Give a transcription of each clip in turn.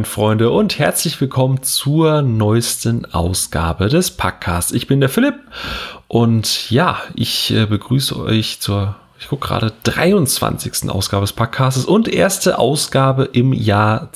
Freunde, und herzlich willkommen zur neuesten Ausgabe des Packcasts. Ich bin der Philipp und ja, ich begrüße euch zur, ich gucke gerade, 23. Ausgabe des Packcasts und erste Ausgabe im Jahr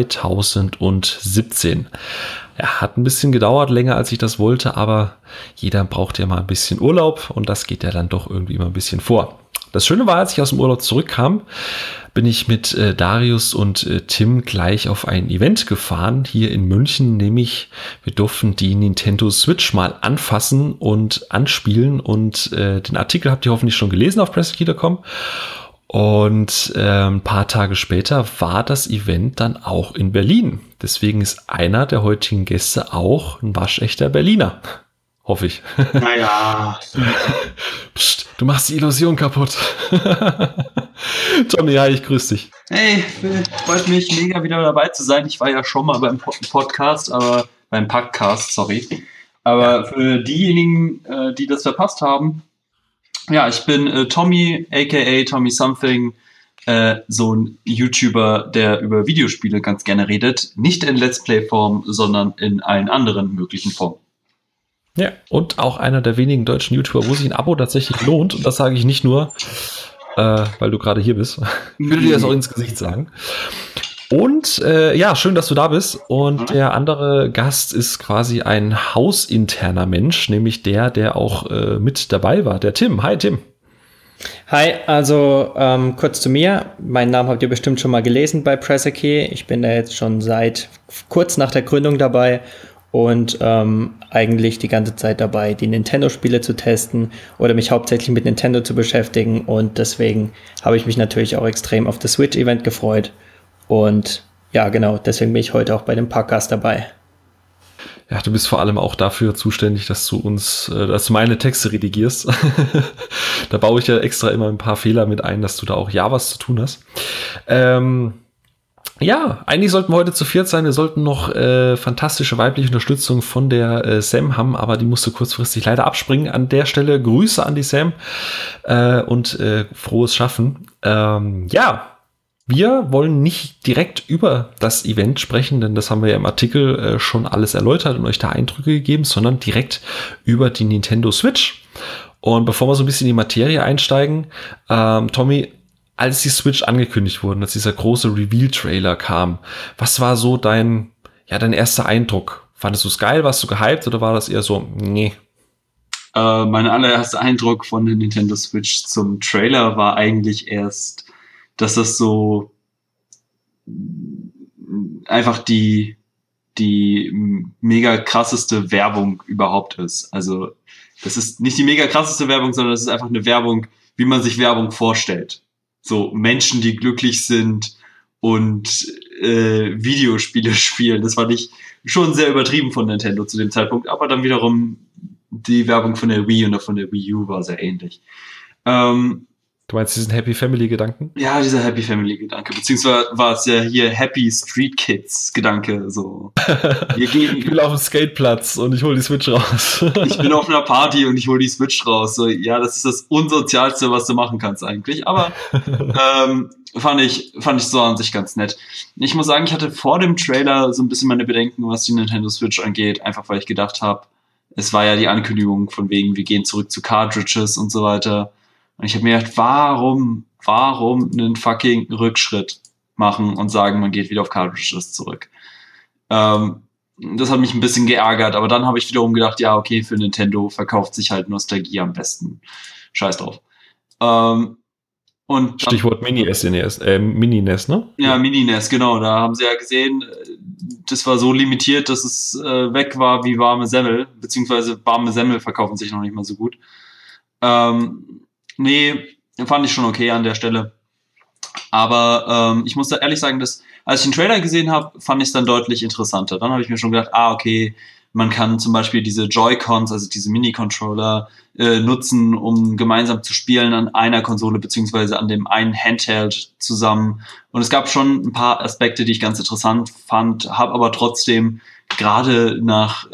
2017. Ja, hat ein bisschen gedauert, länger als ich das wollte, aber jeder braucht ja mal ein bisschen Urlaub und das geht ja dann doch irgendwie immer ein bisschen vor. Das Schöne war, als ich aus dem Urlaub zurückkam, bin ich mit Darius und Tim gleich auf ein Event gefahren, hier in München, nämlich wir durften die Nintendo Switch mal anfassen und anspielen und den Artikel habt ihr hoffentlich schon gelesen auf PressKey.com. Und ein paar Tage später war das Event dann auch in Berlin. Deswegen ist einer der heutigen Gäste auch ein waschechter Berliner. Hoffe ich. Naja. Psst, du machst die Illusion kaputt. Tommy, hi, ich grüße dich. Hey, freut mich mega wieder dabei zu sein. Ich war ja schon mal beim Podcast, aber beim Packcast, sorry. Aber für diejenigen, die das verpasst haben, ja, ich bin Tommy, aka Tommy Something, so ein YouTuber, der über Videospiele ganz gerne redet. Nicht in Let's Play-Form, sondern in allen anderen möglichen Formen. Ja, und auch einer der wenigen deutschen YouTuber, wo sich ein Abo tatsächlich lohnt. Und das sage ich nicht nur, weil du gerade hier bist. Ich würde dir das auch ins Gesicht sagen. Und ja, schön, dass du da bist. Und der andere Gast ist quasi ein hausinterner Mensch, nämlich der auch mit dabei war, der Tim. Hi, Tim. Hi, also kurz zu mir. Meinen Namen habt ihr bestimmt schon mal gelesen bei PressKey. Ich bin da jetzt schon seit kurz nach der Gründung dabei und eigentlich die ganze Zeit dabei, die Nintendo-Spiele zu testen oder mich hauptsächlich mit Nintendo zu beschäftigen. Und deswegen habe ich mich natürlich auch extrem auf das Switch-Event gefreut. Und ja, genau, deswegen bin ich heute auch bei dem Podcast dabei. Ja, du bist vor allem auch dafür zuständig, dass du meine Texte redigierst. Da baue ich ja extra immer ein paar Fehler mit ein, dass du da auch ja was zu tun hast. Ja, eigentlich sollten wir heute zu viert sein. Wir sollten noch fantastische weibliche Unterstützung von der Sam haben, aber die musste kurzfristig leider abspringen. An der Stelle Grüße an die Sam und frohes Schaffen. Ja, wir wollen nicht direkt über das Event sprechen, denn das haben wir ja im Artikel schon alles erläutert und euch da Eindrücke gegeben, sondern direkt über die Nintendo Switch. Und bevor wir so ein bisschen in die Materie einsteigen, Tommy, als die Switch angekündigt wurde, als dieser große Reveal-Trailer kam, was war so dein erster Eindruck? Fandest du es geil? Warst du gehypt oder war das eher so, nee? Mein allererster Eindruck von der Nintendo Switch zum Trailer war eigentlich erst, dass das so einfach die mega krasseste Werbung überhaupt ist. Also das ist nicht die mega krasseste Werbung, sondern das ist einfach eine Werbung, wie man sich Werbung vorstellt. So Menschen, die glücklich sind und Videospiele spielen. Das fand ich schon sehr übertrieben von Nintendo zu dem Zeitpunkt, aber dann wiederum die Werbung von der Wii und von der Wii U war sehr ähnlich. Du meinst diesen Happy Family Gedanken? Ja, dieser Happy Family Gedanke. Beziehungsweise war es ja hier Happy Street Kids Gedanke. So. Ich bin auf dem Skateplatz und ich hole die Switch raus. Ich bin auf einer Party und ich hole die Switch raus. So, ja, das ist das Unsozialste, was du machen kannst eigentlich. Aber fand ich so an sich ganz nett. Ich muss sagen, ich hatte vor dem Trailer so ein bisschen meine Bedenken, was die Nintendo Switch angeht. Einfach weil ich gedacht habe, es war ja die Ankündigung von wegen, wir gehen zurück zu Cartridges und so weiter. Und ich habe mir gedacht, warum einen fucking Rückschritt machen und sagen, man geht wieder auf Cartridges zurück. Das hat mich ein bisschen geärgert, aber dann habe ich wiederum gedacht, ja, okay, für Nintendo verkauft sich halt Nostalgie am besten. Scheiß drauf. Und Stichwort Mini-NES, ne? Ja, Mini-NES, genau. Da haben sie ja gesehen, das war so limitiert, dass es weg war wie warme Semmel, beziehungsweise warme Semmel verkaufen sich noch nicht mal so gut. Nee, fand ich schon okay an der Stelle. Aber ich muss da ehrlich sagen, dass als ich den Trailer gesehen habe, fand ich es dann deutlich interessanter. Dann habe ich mir schon gedacht, okay, man kann zum Beispiel diese Joy-Cons, also diese Mini-Controller, nutzen, um gemeinsam zu spielen an einer Konsole beziehungsweise an dem einen Handheld zusammen. Und es gab schon ein paar Aspekte, die ich ganz interessant fand, habe aber trotzdem gerade nach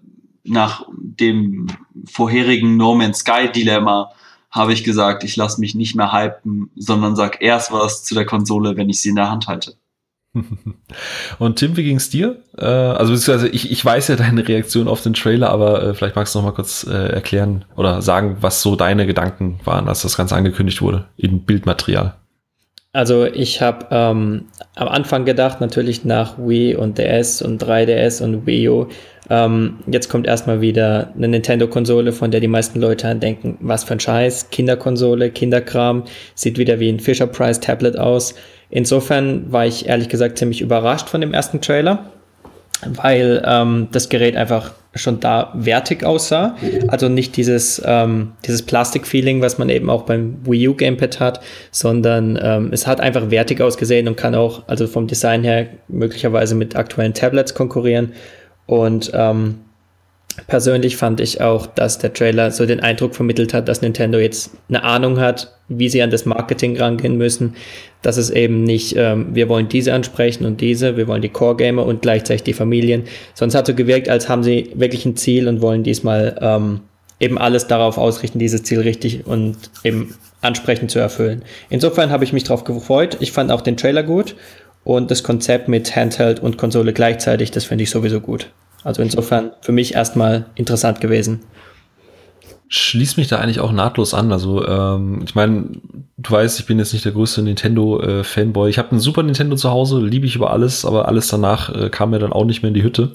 dem vorherigen No Man's Sky Dilemma habe ich gesagt, ich lasse mich nicht mehr hypen, sondern sag erst was zu der Konsole, wenn ich sie in der Hand halte. Und Tim, wie ging's dir? Also beziehungsweise ich weiß ja deine Reaktion auf den Trailer, aber vielleicht magst du noch mal kurz erklären oder sagen, was so deine Gedanken waren, als das Ganze angekündigt wurde in Bildmaterial. Also ich habe am Anfang gedacht, natürlich nach Wii und DS und 3DS und Wii U, jetzt kommt erstmal wieder eine Nintendo-Konsole, von der die meisten Leute denken, was für ein Scheiß, Kinderkonsole, Kinderkram, sieht wieder wie ein Fisher-Price-Tablet aus. Insofern war ich ehrlich gesagt ziemlich überrascht von dem ersten Trailer, weil das Gerät einfach schon da wertig aussah. Also nicht dieses Plastik-Feeling, was man eben auch beim Wii U Gamepad hat, sondern es hat einfach wertig ausgesehen und kann auch, also vom Design her, möglicherweise mit aktuellen Tablets konkurrieren. Und persönlich fand ich auch, dass der Trailer so den Eindruck vermittelt hat, dass Nintendo jetzt eine Ahnung hat, wie sie an das Marketing rangehen müssen, dass es eben nicht, wir wollen diese ansprechen und diese, wir wollen die Core-Gamer und gleichzeitig die Familien, sonst hat so gewirkt, als haben sie wirklich ein Ziel und wollen diesmal eben alles darauf ausrichten, dieses Ziel richtig und eben ansprechend zu erfüllen. Insofern habe ich mich drauf gefreut, ich fand auch den Trailer gut und das Konzept mit Handheld und Konsole gleichzeitig, das finde ich sowieso gut. Also insofern für mich erstmal interessant gewesen. Schließt mich da eigentlich auch nahtlos an. Also ich meine, du weißt, ich bin jetzt nicht der größte Nintendo-Fanboy. Ich habe einen Super Nintendo zu Hause, liebe ich über alles, aber alles danach kam mir dann auch nicht mehr in die Hütte.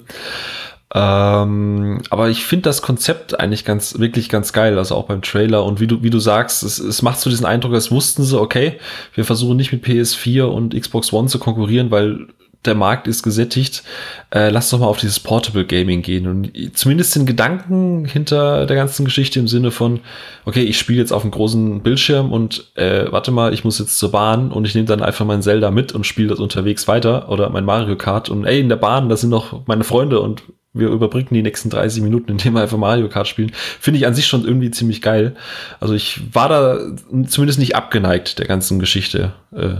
Aber ich finde das Konzept eigentlich wirklich ganz geil, also auch beim Trailer. Und wie du sagst, es macht so diesen Eindruck, als wussten sie, okay, wir versuchen nicht mit PS4 und Xbox One zu konkurrieren, weil der Markt ist gesättigt, lass doch mal auf dieses Portable Gaming gehen und zumindest den Gedanken hinter der ganzen Geschichte im Sinne von, okay, ich spiele jetzt auf einem großen Bildschirm und warte mal, ich muss jetzt zur Bahn und ich nehme dann einfach mein Zelda mit und spiele das unterwegs weiter oder mein Mario Kart und in der Bahn, da sind noch meine Freunde und wir überbrücken die nächsten 30 Minuten, indem wir einfach Mario Kart spielen. Finde ich an sich schon irgendwie ziemlich geil. Also ich war da zumindest nicht abgeneigt der ganzen Geschichte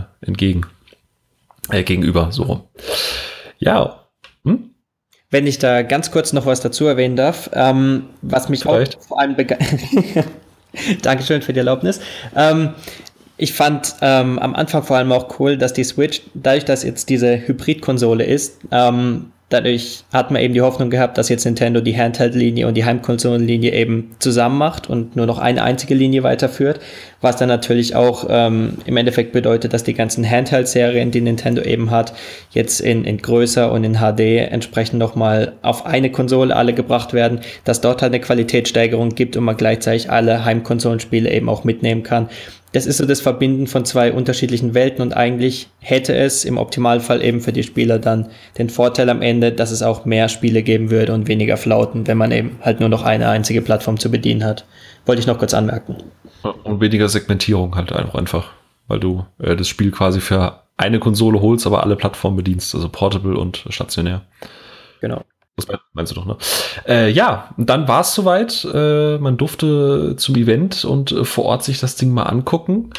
gegenüber, so rum. Ja. Wenn ich da ganz kurz noch was dazu erwähnen darf, was mich vielleicht auch vor allem Dankeschön für die Erlaubnis. Ich fand am Anfang vor allem auch cool, dass die Switch, dadurch, dass jetzt diese Hybrid-Konsole ist, dadurch hat man eben die Hoffnung gehabt, dass jetzt Nintendo die Handheld-Linie und die Heimkonsolenlinie eben zusammen macht und nur noch eine einzige Linie weiterführt, was dann natürlich auch im Endeffekt bedeutet, dass die ganzen Handheld-Serien, die Nintendo eben hat, jetzt in größer und in HD entsprechend nochmal auf eine Konsole alle gebracht werden, dass dort halt eine Qualitätssteigerung gibt und man gleichzeitig alle Heimkonsolenspiele eben auch mitnehmen kann. Das ist so das Verbinden von zwei unterschiedlichen Welten und eigentlich hätte es im Optimalfall eben für die Spieler dann den Vorteil am Ende, dass es auch mehr Spiele geben würde und weniger Flauten, wenn man eben halt nur noch eine einzige Plattform zu bedienen hat. Wollte ich noch kurz anmerken. Und weniger Segmentierung halt einfach, weil du das Spiel quasi für eine Konsole holst, aber alle Plattformen bedienst, also portable und stationär. Genau. Das meinst du doch, ne? Ja, dann war es soweit. Man durfte zum Event und vor Ort sich das Ding mal angucken.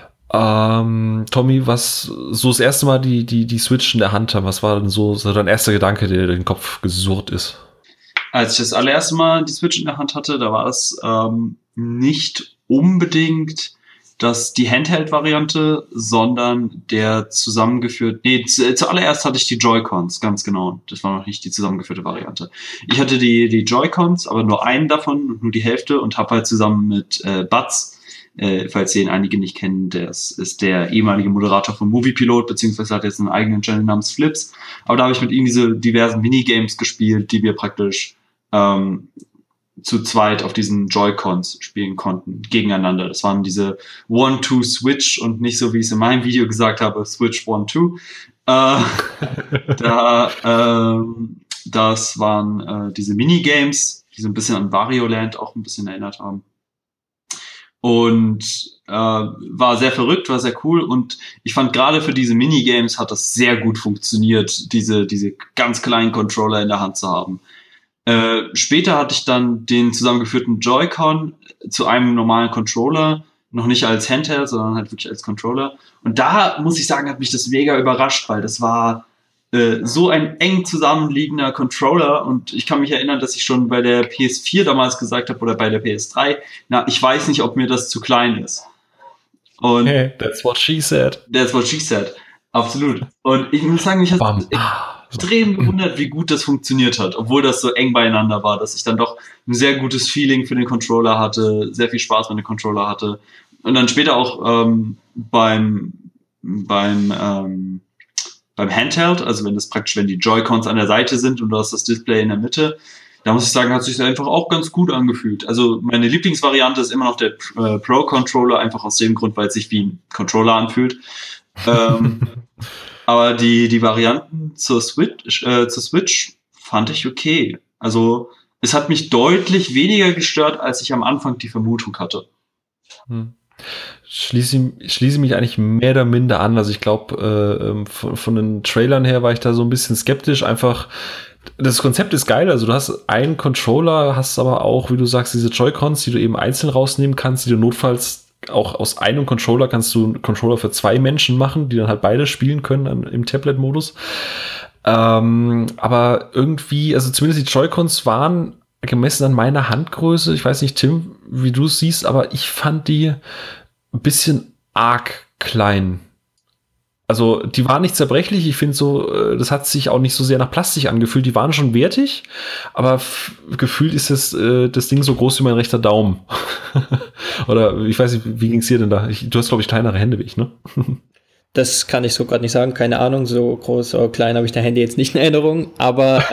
Tommy, was so das erste Mal die Switch in der Hand haben, was war denn so dein erster Gedanke, der in den Kopf gesurrt ist? Als ich das allererste Mal die Switch in der Hand hatte, da war es nicht unbedingt die Handheld-Variante, sondern der zuallererst hatte ich die Joy-Cons, ganz genau. Das war noch nicht die zusammengeführte Variante. Ich hatte die Joy-Cons, aber nur einen davon, nur die Hälfte und habe halt zusammen mit Batz, falls den einige nicht kennen, das ist der ehemalige Moderator von Moviepilot, beziehungsweise hat jetzt einen eigenen Channel namens Flips. Aber da habe ich mit ihm diese diversen Minigames gespielt, die wir praktisch zu zweit auf diesen Joy-Cons spielen konnten, gegeneinander. Das waren diese 1-2-Switch und nicht so, wie ich es in meinem Video gesagt habe, Switch 1-2. Das waren diese Minigames, die so ein bisschen an Wario Land auch ein bisschen erinnert haben. Und war sehr verrückt, war sehr cool und ich fand gerade für diese Minigames hat das sehr gut funktioniert, diese ganz kleinen Controller in der Hand zu haben. Später hatte ich dann den zusammengeführten Joy-Con zu einem normalen Controller, noch nicht als Handheld, sondern halt wirklich als Controller. Und da, muss ich sagen, hat mich das mega überrascht, weil das war so ein eng zusammenliegender Controller und ich kann mich erinnern, dass ich schon bei der PS4 damals gesagt habe oder bei der PS3, ich weiß nicht, ob mir das zu klein ist. Und that's what she said. That's what she said. Absolut. Und ich muss sagen, ich habe extrem gewundert, wie gut das funktioniert hat, obwohl das so eng beieinander war, dass ich dann doch ein sehr gutes Feeling für den Controller hatte, sehr viel Spaß mit dem Controller hatte. Und dann später auch beim Handheld, also wenn die Joy-Cons an der Seite sind und du hast das Display in der Mitte, da muss ich sagen, hat sich das einfach auch ganz gut angefühlt. Also meine Lieblingsvariante ist immer noch der Pro-Controller, einfach aus dem Grund, weil es sich wie ein Controller anfühlt. Aber die Varianten zur Switch fand ich okay. Also es hat mich deutlich weniger gestört, als ich am Anfang die Vermutung hatte. Schließe mich eigentlich mehr oder minder an. Also ich glaube, von den Trailern her war ich da so ein bisschen skeptisch. Einfach, das Konzept ist geil. Also du hast einen Controller, hast aber auch, wie du sagst, diese Joy-Cons, die du eben einzeln rausnehmen kannst, die du notfalls auch aus einem Controller kannst du einen Controller für 2 Menschen machen, die dann halt beide spielen können im Tablet-Modus. Aber irgendwie, also zumindest die Joy-Cons waren gemessen an meiner Handgröße, ich weiß nicht, Tim, wie du es siehst, aber ich fand die ein bisschen arg klein. Also die waren nicht zerbrechlich, ich finde so, das hat sich auch nicht so sehr nach Plastik angefühlt, die waren schon wertig, aber gefühlt ist das Ding so groß wie mein rechter Daumen. Oder ich weiß nicht, wie ging es dir denn da? Du hast, glaube ich, kleinere Hände wie ich, ne? Das kann ich so gerade nicht sagen, keine Ahnung, so groß oder klein habe ich dein Handy jetzt nicht in Erinnerung, aber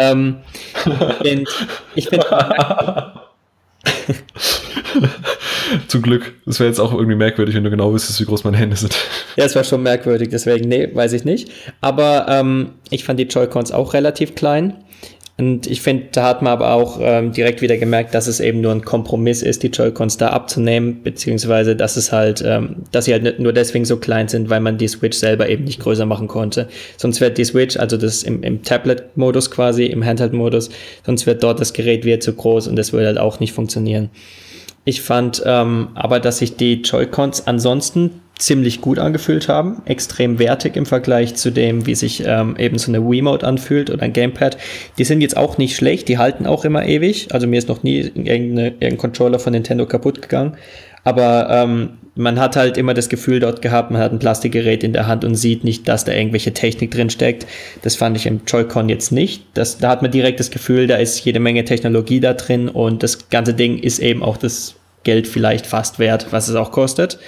ich finde Zum Glück. Das wäre jetzt auch irgendwie merkwürdig, wenn du genau wüsstest, wie groß meine Hände sind. Ja, es war schon merkwürdig, deswegen, nee, weiß ich nicht. Aber ich fand die Joy-Cons auch relativ klein. Und ich finde, da hat man aber auch direkt wieder gemerkt, dass es eben nur ein Kompromiss ist, die Joy-Cons da abzunehmen, beziehungsweise dass es halt, dass sie halt nicht nur deswegen so klein sind, weil man die Switch selber eben nicht größer machen konnte. Sonst wird die Switch, also das im Tablet-Modus quasi, im Handheld-Modus, sonst wird dort das Gerät wieder zu groß und das würde halt auch nicht funktionieren. Ich fand aber, dass sich die Joy-Cons ansonsten ziemlich gut angefühlt haben, extrem wertig im Vergleich zu dem, wie sich eben so eine Wiimote anfühlt oder ein Gamepad. Die sind jetzt auch nicht schlecht, die halten auch immer ewig, also mir ist noch nie irgendein Controller von Nintendo kaputt gegangen, aber man hat halt immer das Gefühl dort gehabt, man hat ein Plastikgerät in der Hand und sieht nicht, dass da irgendwelche Technik drin steckt. Das fand ich im Joy-Con jetzt nicht. Da hat man direkt das Gefühl, da ist jede Menge Technologie da drin und das ganze Ding ist eben auch das Geld vielleicht fast wert, was es auch kostet.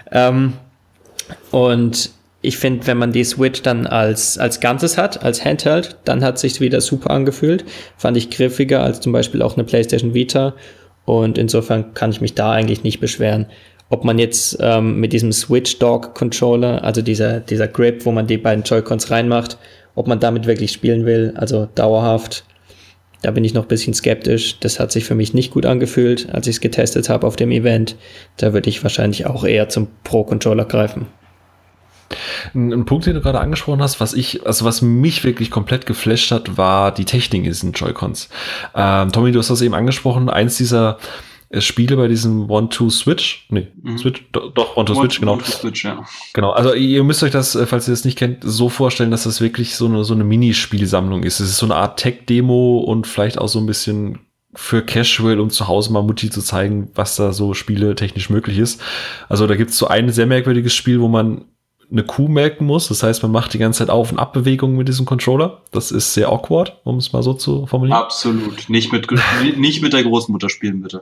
Und ich finde, wenn man die Switch dann als Ganzes hat, als Handheld, dann hat es sich wieder super angefühlt. Fand ich griffiger als zum Beispiel auch eine PlayStation Vita. Und insofern kann ich mich da eigentlich nicht beschweren. Ob man jetzt mit diesem Switch-Dock-Controller, also dieser Grip, wo man die beiden Joy-Cons reinmacht, ob man damit wirklich spielen will, also dauerhaft, da bin ich noch ein bisschen skeptisch. Das hat sich für mich nicht gut angefühlt, als ich es getestet habe auf dem Event. Da würde ich wahrscheinlich auch eher zum Pro-Controller greifen. Ein Punkt, den du gerade angesprochen hast, was mich wirklich komplett geflasht hat, war die Technik in diesen Joy-Cons. Tommy, du hast das eben angesprochen, eins dieser Spiele bei diesem One-Two-Switch, Switch, doch, One-Two-Switch, genau. One-Two-Switch, ja. Genau, also ihr müsst euch das, falls ihr das nicht kennt, so vorstellen, dass das wirklich so eine Minispielsammlung ist. Es ist so eine Art Tech-Demo und vielleicht auch so ein bisschen für Casual, um zu Hause mal Mutti zu zeigen, was da so spieletechnisch möglich ist. Also da gibt es so ein sehr merkwürdiges Spiel, wo man eine Kuh melken muss. Das heißt, man macht die ganze Zeit Auf- und Abbewegungen mit diesem Controller. Das ist sehr awkward, um es mal so zu formulieren. Absolut. Nicht mit der Großmutter spielen, bitte.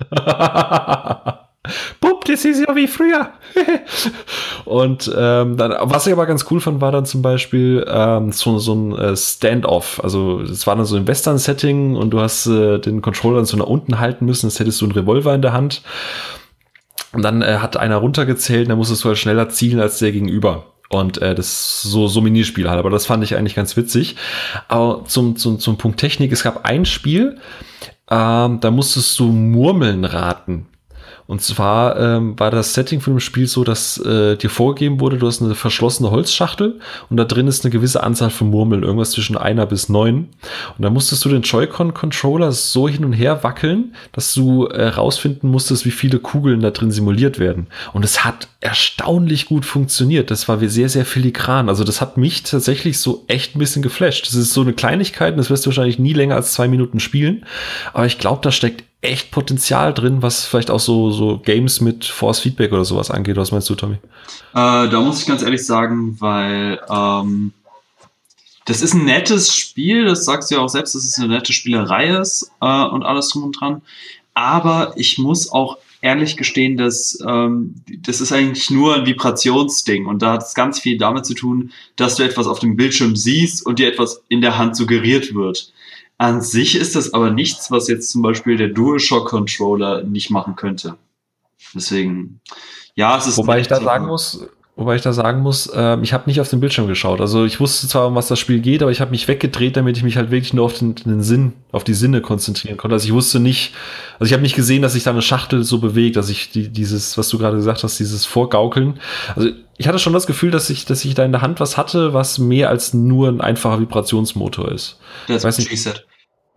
Bub, das ist ja wie früher. Und dann, was ich aber ganz cool fand, war dann zum Beispiel so ein Stand-off. Also es war dann so ein Western-Setting und du hast den Controller so nach unten halten müssen, als hättest du einen Revolver in der Hand. Und dann hat einer runtergezählt, dann musstest du halt schneller zielen als der Gegenüber. Und das so Minispiel halt. Aber das fand ich eigentlich ganz witzig. Aber zum Punkt Technik, es gab ein Spiel, da musstest du Murmeln raten. Und zwar war das Setting von dem Spiel so, dass dir vorgegeben wurde, du hast eine verschlossene Holzschachtel und da drin ist eine gewisse Anzahl von Murmeln, irgendwas zwischen 1 bis 9. Und da musstest du den Joy-Con-Controller so hin und her wackeln, dass du rausfinden musstest, wie viele Kugeln da drin simuliert werden. Und es hat erstaunlich gut funktioniert. Das war sehr, sehr filigran. Also das hat mich tatsächlich so echt ein bisschen geflasht. Das ist so eine Kleinigkeit und das wirst du wahrscheinlich nie länger als 2 Minuten spielen. Aber ich glaube, da steckt echt Potenzial drin, was vielleicht auch so Games mit Force Feedback oder sowas angeht. Was meinst du, Tommy? Da muss ich ganz ehrlich sagen, weil das ist ein nettes Spiel, das sagst du ja auch selbst, dass es eine nette Spielerei ist und alles drum und dran. Aber ich muss auch ehrlich gestehen, dass das ist eigentlich nur ein Vibrationsding und da hat es ganz viel damit zu tun, dass du etwas auf dem Bildschirm siehst und dir etwas in der Hand suggeriert wird. An sich ist das aber nichts, was jetzt zum Beispiel der DualShock-Controller nicht machen könnte. Deswegen, ja, es ist... Wobei ich da sagen muss, ich habe nicht auf den Bildschirm geschaut. Also ich wusste zwar, um was das Spiel geht, aber ich habe mich weggedreht, damit ich mich halt wirklich nur auf den Sinn, auf die Sinne konzentrieren konnte. Also ich wusste nicht, also ich habe nicht gesehen, dass sich da eine Schachtel so bewegt, dass ich dieses, was du gerade gesagt hast, dieses Vorgaukeln. Also ich hatte schon das Gefühl, dass ich da in der Hand was hatte, was mehr als nur ein einfacher Vibrationsmotor ist. Das ist she said.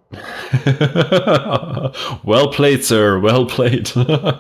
Well played, Sir, well played.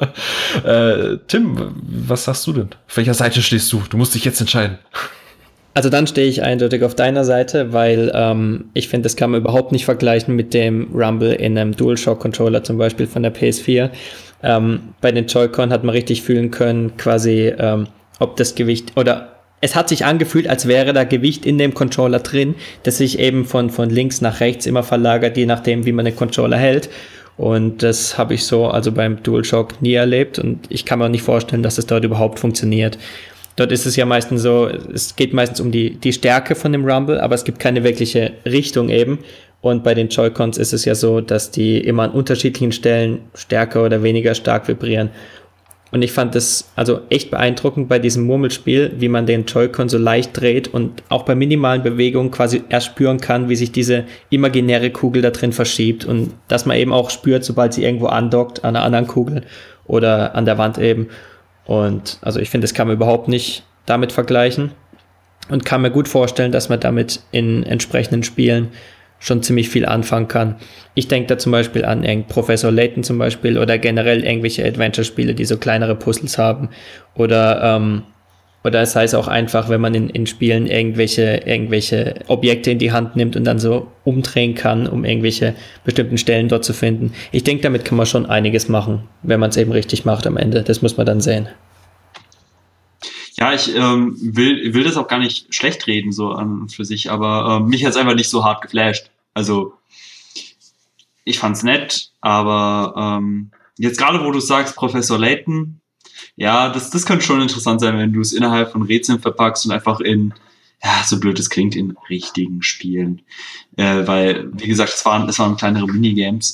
Tim, was sagst du denn? Auf welcher Seite stehst du? Du musst dich jetzt entscheiden. Also dann stehe ich eindeutig auf deiner Seite, weil ich finde, das kann man überhaupt nicht vergleichen mit dem Rumble in einem DualShock-Controller zum Beispiel von der PS4. Bei den Joy-Con hat man richtig fühlen können, quasi ob das Gewicht oder es hat sich angefühlt, als wäre da Gewicht in dem Controller drin, das sich eben von links nach rechts immer verlagert, je nachdem, wie man den Controller hält. Und das habe ich so also beim DualShock nie erlebt und ich kann mir auch nicht vorstellen, dass es dort überhaupt funktioniert. Dort ist es ja meistens so, es geht meistens um die Stärke von dem Rumble, aber es gibt keine wirkliche Richtung eben. Und bei den Joy-Cons ist es ja so, dass die immer an unterschiedlichen Stellen stärker oder weniger stark vibrieren. Und ich fand das also echt beeindruckend bei diesem Murmelspiel, wie man den Joy-Con so leicht dreht und auch bei minimalen Bewegungen quasi erspüren kann, wie sich diese imaginäre Kugel da drin verschiebt und dass man eben auch spürt, sobald sie irgendwo andockt an einer anderen Kugel oder an der Wand eben. Und also ich finde, das kann man überhaupt nicht damit vergleichen und kann mir gut vorstellen, dass man damit in entsprechenden Spielen schon ziemlich viel anfangen kann. Ich denke da zum Beispiel an Professor Layton zum Beispiel oder generell irgendwelche Adventure-Spiele, die so kleinere Puzzles haben oder es heißt auch einfach, wenn man in Spielen irgendwelche Objekte in die Hand nimmt und dann so umdrehen kann, um irgendwelche bestimmten Stellen dort zu finden. Ich denke, damit kann man schon einiges machen, wenn man es eben richtig macht am Ende. Das muss man dann sehen. Ja, ich will das auch gar nicht schlecht reden so an für sich, aber mich hat's einfach nicht so hart geflasht. Also ich fand's nett, aber jetzt gerade, wo du sagst, Professor Layton, ja, das könnte schon interessant sein, wenn du es innerhalb von Rätseln verpackst und einfach ja, so blöd es klingt, in richtigen Spielen. Weil, wie gesagt, es waren kleinere Minigames.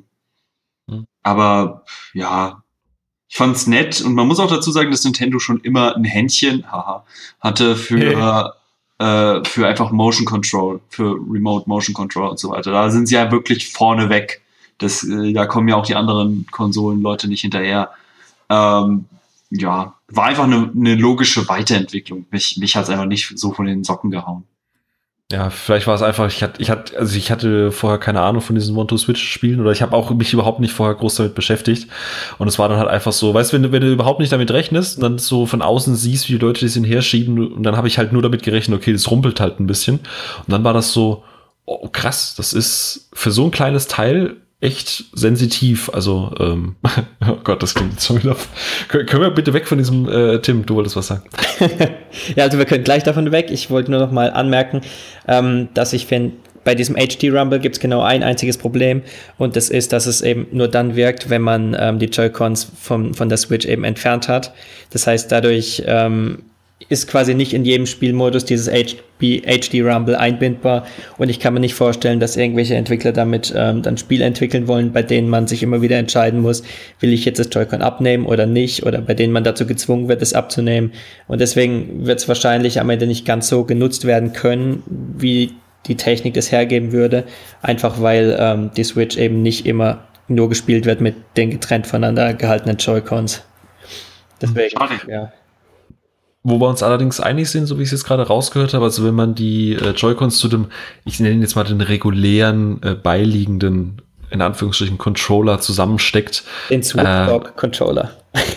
Aber ja, ich fand's nett und man muss auch dazu sagen, dass Nintendo schon immer ein Händchen hatte für einfach Motion Control, für Remote Motion Control und so weiter. Da sind sie ja wirklich vorne weg. Da kommen ja auch die anderen Konsolenleute nicht hinterher. Ja, war einfach eine logische Weiterentwicklung. Mich hat's einfach nicht so von den Socken gehauen. Ja, vielleicht war es einfach, ich hatte vorher keine Ahnung von diesen One-to-Switch-Spielen oder ich habe auch mich überhaupt nicht vorher groß damit beschäftigt. Und es war dann halt einfach so, weißt du, wenn du überhaupt nicht damit rechnest und dann so von außen siehst, wie die Leute das hinher schieben und dann habe ich halt nur damit gerechnet, okay, das rumpelt halt ein bisschen. Und dann war das so, oh krass, das ist für so ein kleines Teil echt sensitiv. Also, oh Gott, das klingt jetzt schon wieder. Können wir bitte weg von diesem Tim, du wolltest was sagen. Ja, also wir können gleich davon weg. Ich wollte nur noch mal anmerken, dass ich finde, bei diesem HD-Rumble gibt es genau ein einziges Problem und das ist, dass es eben nur dann wirkt, wenn man die Joy-Cons von der Switch eben entfernt hat. Das heißt, dadurch ist quasi nicht in jedem Spielmodus dieses HD-Rumble einbindbar und ich kann mir nicht vorstellen, dass irgendwelche Entwickler damit dann Spiele entwickeln wollen, bei denen man sich immer wieder entscheiden muss, will ich jetzt das Joy-Con abnehmen oder nicht oder bei denen man dazu gezwungen wird, es abzunehmen und deswegen wird es wahrscheinlich am Ende nicht ganz so genutzt werden können, wie die Technik das hergeben würde, einfach weil die Switch eben nicht immer nur gespielt wird mit den getrennt voneinander gehaltenen Joy-Cons. Deswegen, ja. Wo wir uns allerdings einig sind, so wie ich es jetzt gerade rausgehört habe, also wenn man die Joy-Cons zu dem, ich nenne ihn jetzt mal den regulären, beiliegenden, in Anführungsstrichen, Controller zusammensteckt. Den Switch-Dock-Controller.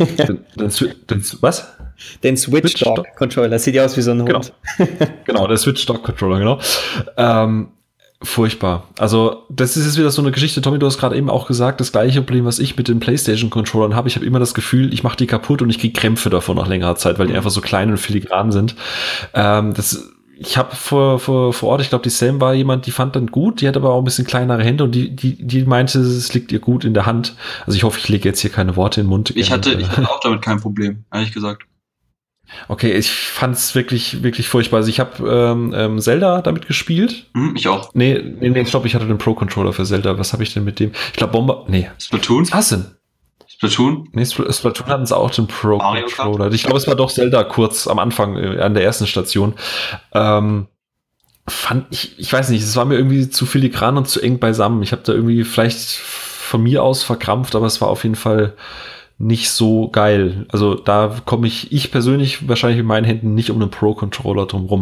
Was? Den Switch-Dock-Controller. Sieht ja aus wie so ein Hund. Genau, der Switch-Dock-Controller, genau. Furchtbar. Also, das ist jetzt wieder so eine Geschichte, Tommy, du hast gerade eben auch gesagt, das gleiche Problem, was ich mit den PlayStation-Controllern habe. Ich habe immer das Gefühl, ich mache die kaputt und ich kriege Krämpfe davon nach längerer Zeit, weil die einfach so klein und filigran sind. Ich habe vor Ort, ich glaube, die Sam war jemand, die fand dann gut, die hat aber auch ein bisschen kleinere Hände und die meinte, es liegt ihr gut in der Hand. Also ich hoffe, ich lege jetzt hier keine Worte in den Mund. Ich hatte auch damit kein Problem, ehrlich gesagt. Okay, ich fand's wirklich, wirklich furchtbar. Also ich habe Zelda damit gespielt. Ich auch. Nee, stopp, ich hatte den Pro-Controller für Zelda. Was habe ich denn mit dem? Ich glaube Bomber. Nee. Splatoon? Was hast du denn? Splatoon? Nee, Splatoon hatten sie auch den Pro-Controller. Ich glaube, es war doch Zelda kurz am Anfang an der ersten Station. Fand ich weiß nicht, es war mir irgendwie zu filigran und zu eng beisammen. Ich habe da irgendwie vielleicht von mir aus verkrampft, aber es war auf jeden Fall nicht so geil. Also da komme ich persönlich wahrscheinlich mit meinen Händen nicht um einen Pro-Controller drum rum.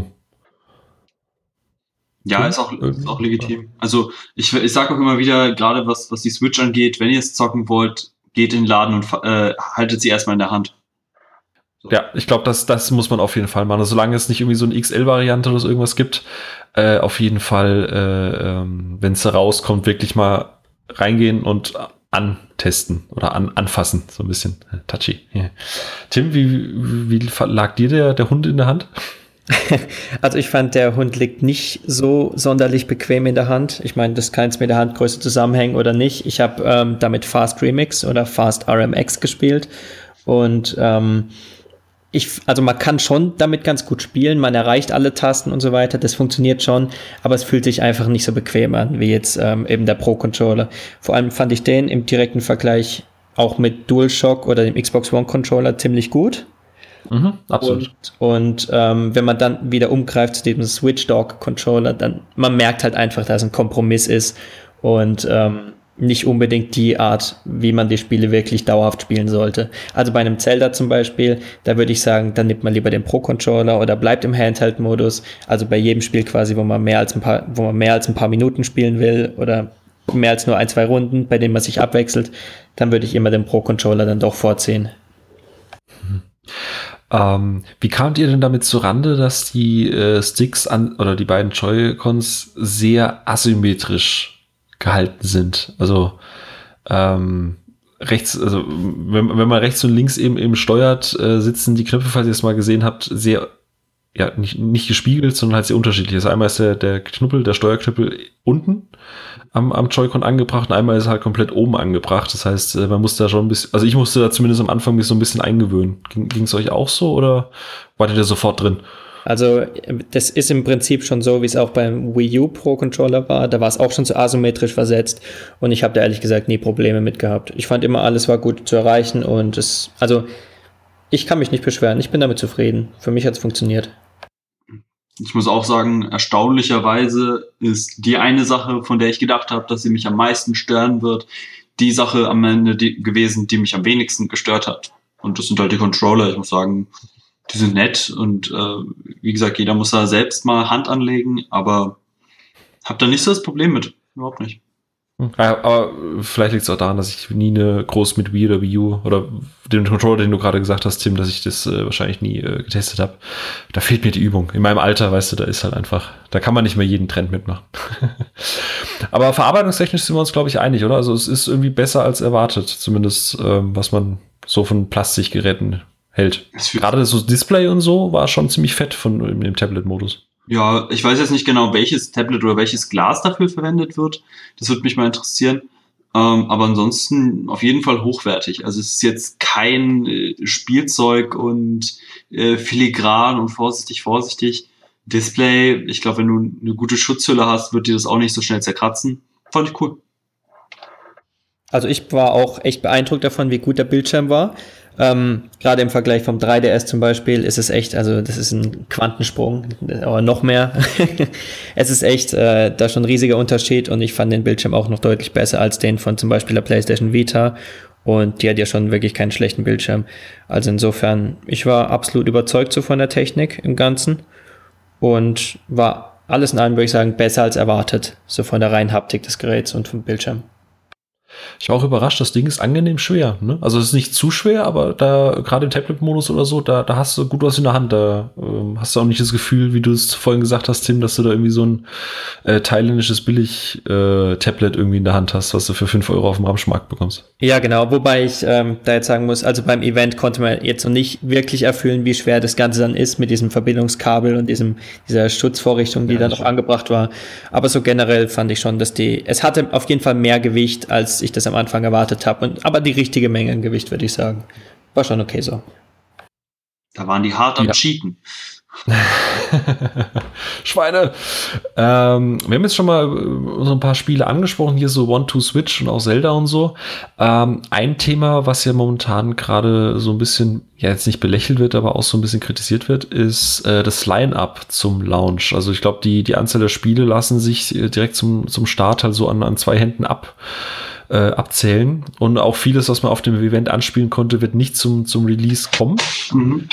Ja, ist auch legitim. Also ich sage auch immer wieder, gerade was die Switch angeht, wenn ihr es zocken wollt, geht in den Laden und haltet sie erstmal in der Hand. So. Ja, ich glaube, das muss man auf jeden Fall machen. Also, solange es nicht irgendwie so eine XL-Variante oder so irgendwas gibt, auf jeden Fall, wenn es rauskommt, wirklich mal reingehen und antesten oder anfassen. So ein bisschen touchy. Yeah. Tim, wie lag dir der Hund in der Hand? Also ich fand, der Hund liegt nicht so sonderlich bequem in der Hand. Ich meine, das kann jetzt mit der Handgröße zusammenhängen oder nicht. Ich habe damit Fast Remix oder Fast RMX gespielt und also man kann schon damit ganz gut spielen, man erreicht alle Tasten und so weiter, das funktioniert schon, aber es fühlt sich einfach nicht so bequem an, wie jetzt eben der Pro-Controller. Vor allem fand ich den im direkten Vergleich auch mit DualShock oder dem Xbox One Controller ziemlich gut. Absolut. Und wenn man dann wieder umgreift zu diesem Switch-Dock-Controller, dann man merkt halt einfach, dass es ein Kompromiss ist und nicht unbedingt die Art, wie man die Spiele wirklich dauerhaft spielen sollte. Also bei einem Zelda zum Beispiel, da würde ich sagen, dann nimmt man lieber den Pro-Controller oder bleibt im Handheld-Modus. Also bei jedem Spiel quasi, wo man mehr als ein paar Minuten spielen will oder mehr als nur 1-2 Runden, bei denen man sich abwechselt, dann würde ich immer den Pro-Controller dann doch vorziehen. Wie kamt ihr denn damit zurande, dass die Sticks oder die beiden Joy-Cons sehr asymmetrisch gehalten sind? Also rechts, also wenn man rechts und links eben steuert, sitzen die Knöpfe, falls ihr es mal gesehen habt, sehr nicht gespiegelt, sondern halt sehr unterschiedlich. Also einmal ist der Steuerknüppel unten am Joy-Con angebracht und einmal ist er halt komplett oben angebracht. Das heißt, man muss da schon ein bisschen, also ich musste da zumindest am Anfang mich so ein bisschen eingewöhnen. Ging es euch auch so oder wart ihr da sofort drin? Also das ist im Prinzip schon so, wie es auch beim Wii U Pro Controller war. Da war es auch schon so asymmetrisch versetzt und ich habe da ehrlich gesagt nie Probleme mit gehabt. Ich fand immer, alles war gut zu erreichen und ich kann mich nicht beschweren. Ich bin damit zufrieden. Für mich hat es funktioniert. Ich muss auch sagen, erstaunlicherweise ist die eine Sache, von der ich gedacht habe, dass sie mich am meisten stören wird, die Sache am Ende gewesen, die mich am wenigsten gestört hat. Und das sind halt die Controller. Ich muss sagen, die sind nett und wie gesagt, jeder muss da selbst mal Hand anlegen, aber hab da nicht so das Problem mit. Überhaupt nicht. Ja, aber vielleicht liegt es auch daran, dass ich nie groß mit Wii oder Wii U oder den Controller, den du gerade gesagt hast, Tim, dass ich das wahrscheinlich nie getestet habe. Da fehlt mir die Übung. In meinem Alter, weißt du, da ist halt einfach, da kann man nicht mehr jeden Trend mitmachen. Aber verarbeitungstechnisch sind wir uns, glaube ich, einig, oder? Also es ist irgendwie besser als erwartet, zumindest was man so von Plastikgeräten hält. Gerade so Display und so war schon ziemlich fett im Tablet-Modus. Ja, ich weiß jetzt nicht genau, welches Tablet oder welches Glas dafür verwendet wird. Das würde mich mal interessieren. Aber ansonsten auf jeden Fall hochwertig. Also es ist jetzt kein Spielzeug und filigran und vorsichtig. Display, ich glaube, wenn du eine gute Schutzhülle hast, wird dir das auch nicht so schnell zerkratzen. Fand ich cool. Also ich war auch echt beeindruckt davon, wie gut der Bildschirm war. Gerade im Vergleich vom 3DS zum Beispiel ist es echt, also das ist ein Quantensprung, aber noch mehr. Es ist echt da schon ein riesiger Unterschied und ich fand den Bildschirm auch noch deutlich besser als den von zum Beispiel der PlayStation Vita und die hat ja schon wirklich keinen schlechten Bildschirm. Also insofern, ich war absolut überzeugt so von der Technik im Ganzen und war alles in allem, würde ich sagen, besser als erwartet, so von der reinen Haptik des Geräts und vom Bildschirm. Ich war auch überrascht, das Ding ist angenehm schwer. Ne? Also es ist nicht zu schwer, aber da gerade im Tablet-Modus oder so, da hast du gut was in der Hand. Da hast du auch nicht das Gefühl, wie du es vorhin gesagt hast, Tim, dass du da irgendwie so ein thailändisches Billig-Tablet irgendwie in der Hand hast, was du für 5 Euro auf dem Ramschmarkt bekommst. Ja, genau, wobei ich da jetzt sagen muss, also beim Event konnte man jetzt noch nicht wirklich erfüllen, wie schwer das Ganze dann ist mit diesem Verbindungskabel und dieser Schutzvorrichtung, die da noch angebracht war. Aber so generell fand ich schon, dass es hatte auf jeden Fall mehr Gewicht, als ich das am Anfang erwartet habe. Aber die richtige Menge an Gewicht, würde ich sagen. War schon okay so. Da waren die hart am Cheaten. Schweine! Wir haben jetzt schon mal so ein paar Spiele angesprochen, hier so One-Two-Switch und auch Zelda und so. Ein Thema, was ja momentan gerade so ein bisschen, ja jetzt nicht belächelt wird, aber auch so ein bisschen kritisiert wird, ist das Line-Up zum Launch. Also ich glaube, die Anzahl der Spiele lassen sich direkt zum Start halt so an 2 Händen abzählen. Und auch vieles, was man auf dem Event anspielen konnte, wird nicht zum Release kommen. Mhm.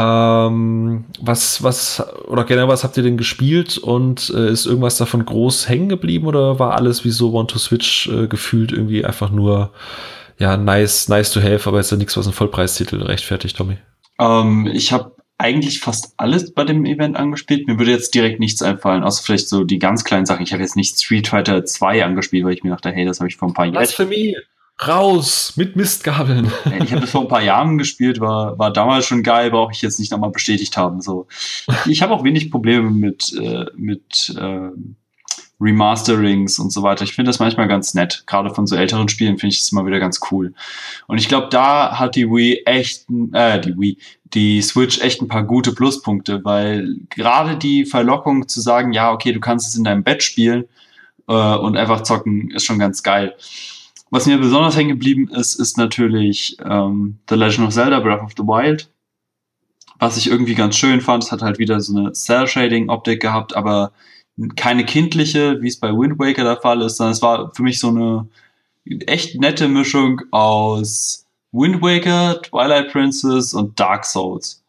Was habt ihr denn gespielt und ist irgendwas davon groß hängen geblieben oder war alles wie so One-to-Switch gefühlt irgendwie einfach nur nice to have, aber ist ja nichts, was ein Vollpreistitel rechtfertigt, Tommy? Ich habe eigentlich fast alles bei dem Event angespielt. Mir würde jetzt direkt nichts einfallen, außer vielleicht so die ganz kleinen Sachen. Ich habe jetzt nicht Street Fighter 2 angespielt, weil ich mir dachte, hey, das habe ich vor ein paar Jahren. Blasphemie! Raus! Mit Mistgabeln! Ich habe das vor ein paar Jahren gespielt, war damals schon geil, brauche ich jetzt nicht nochmal bestätigt haben. So. Ich habe auch wenig Probleme mit Remasterings und so weiter. Ich finde das manchmal ganz nett. Gerade von so älteren Spielen finde ich das immer wieder ganz cool. Und ich glaube, da hat die Switch echt ein paar gute Pluspunkte, weil gerade die Verlockung zu sagen, ja, okay, du kannst es in deinem Bett spielen und einfach zocken, ist schon ganz geil. Was mir besonders hängen geblieben ist natürlich The Legend of Zelda Breath of the Wild. Was ich irgendwie ganz schön fand, es hat halt wieder so eine Cell-Shading-Optik gehabt, aber keine kindliche, wie es bei Wind Waker der Fall ist, sondern es war für mich so eine echt nette Mischung aus Wind Waker, Twilight Princess und Dark Souls.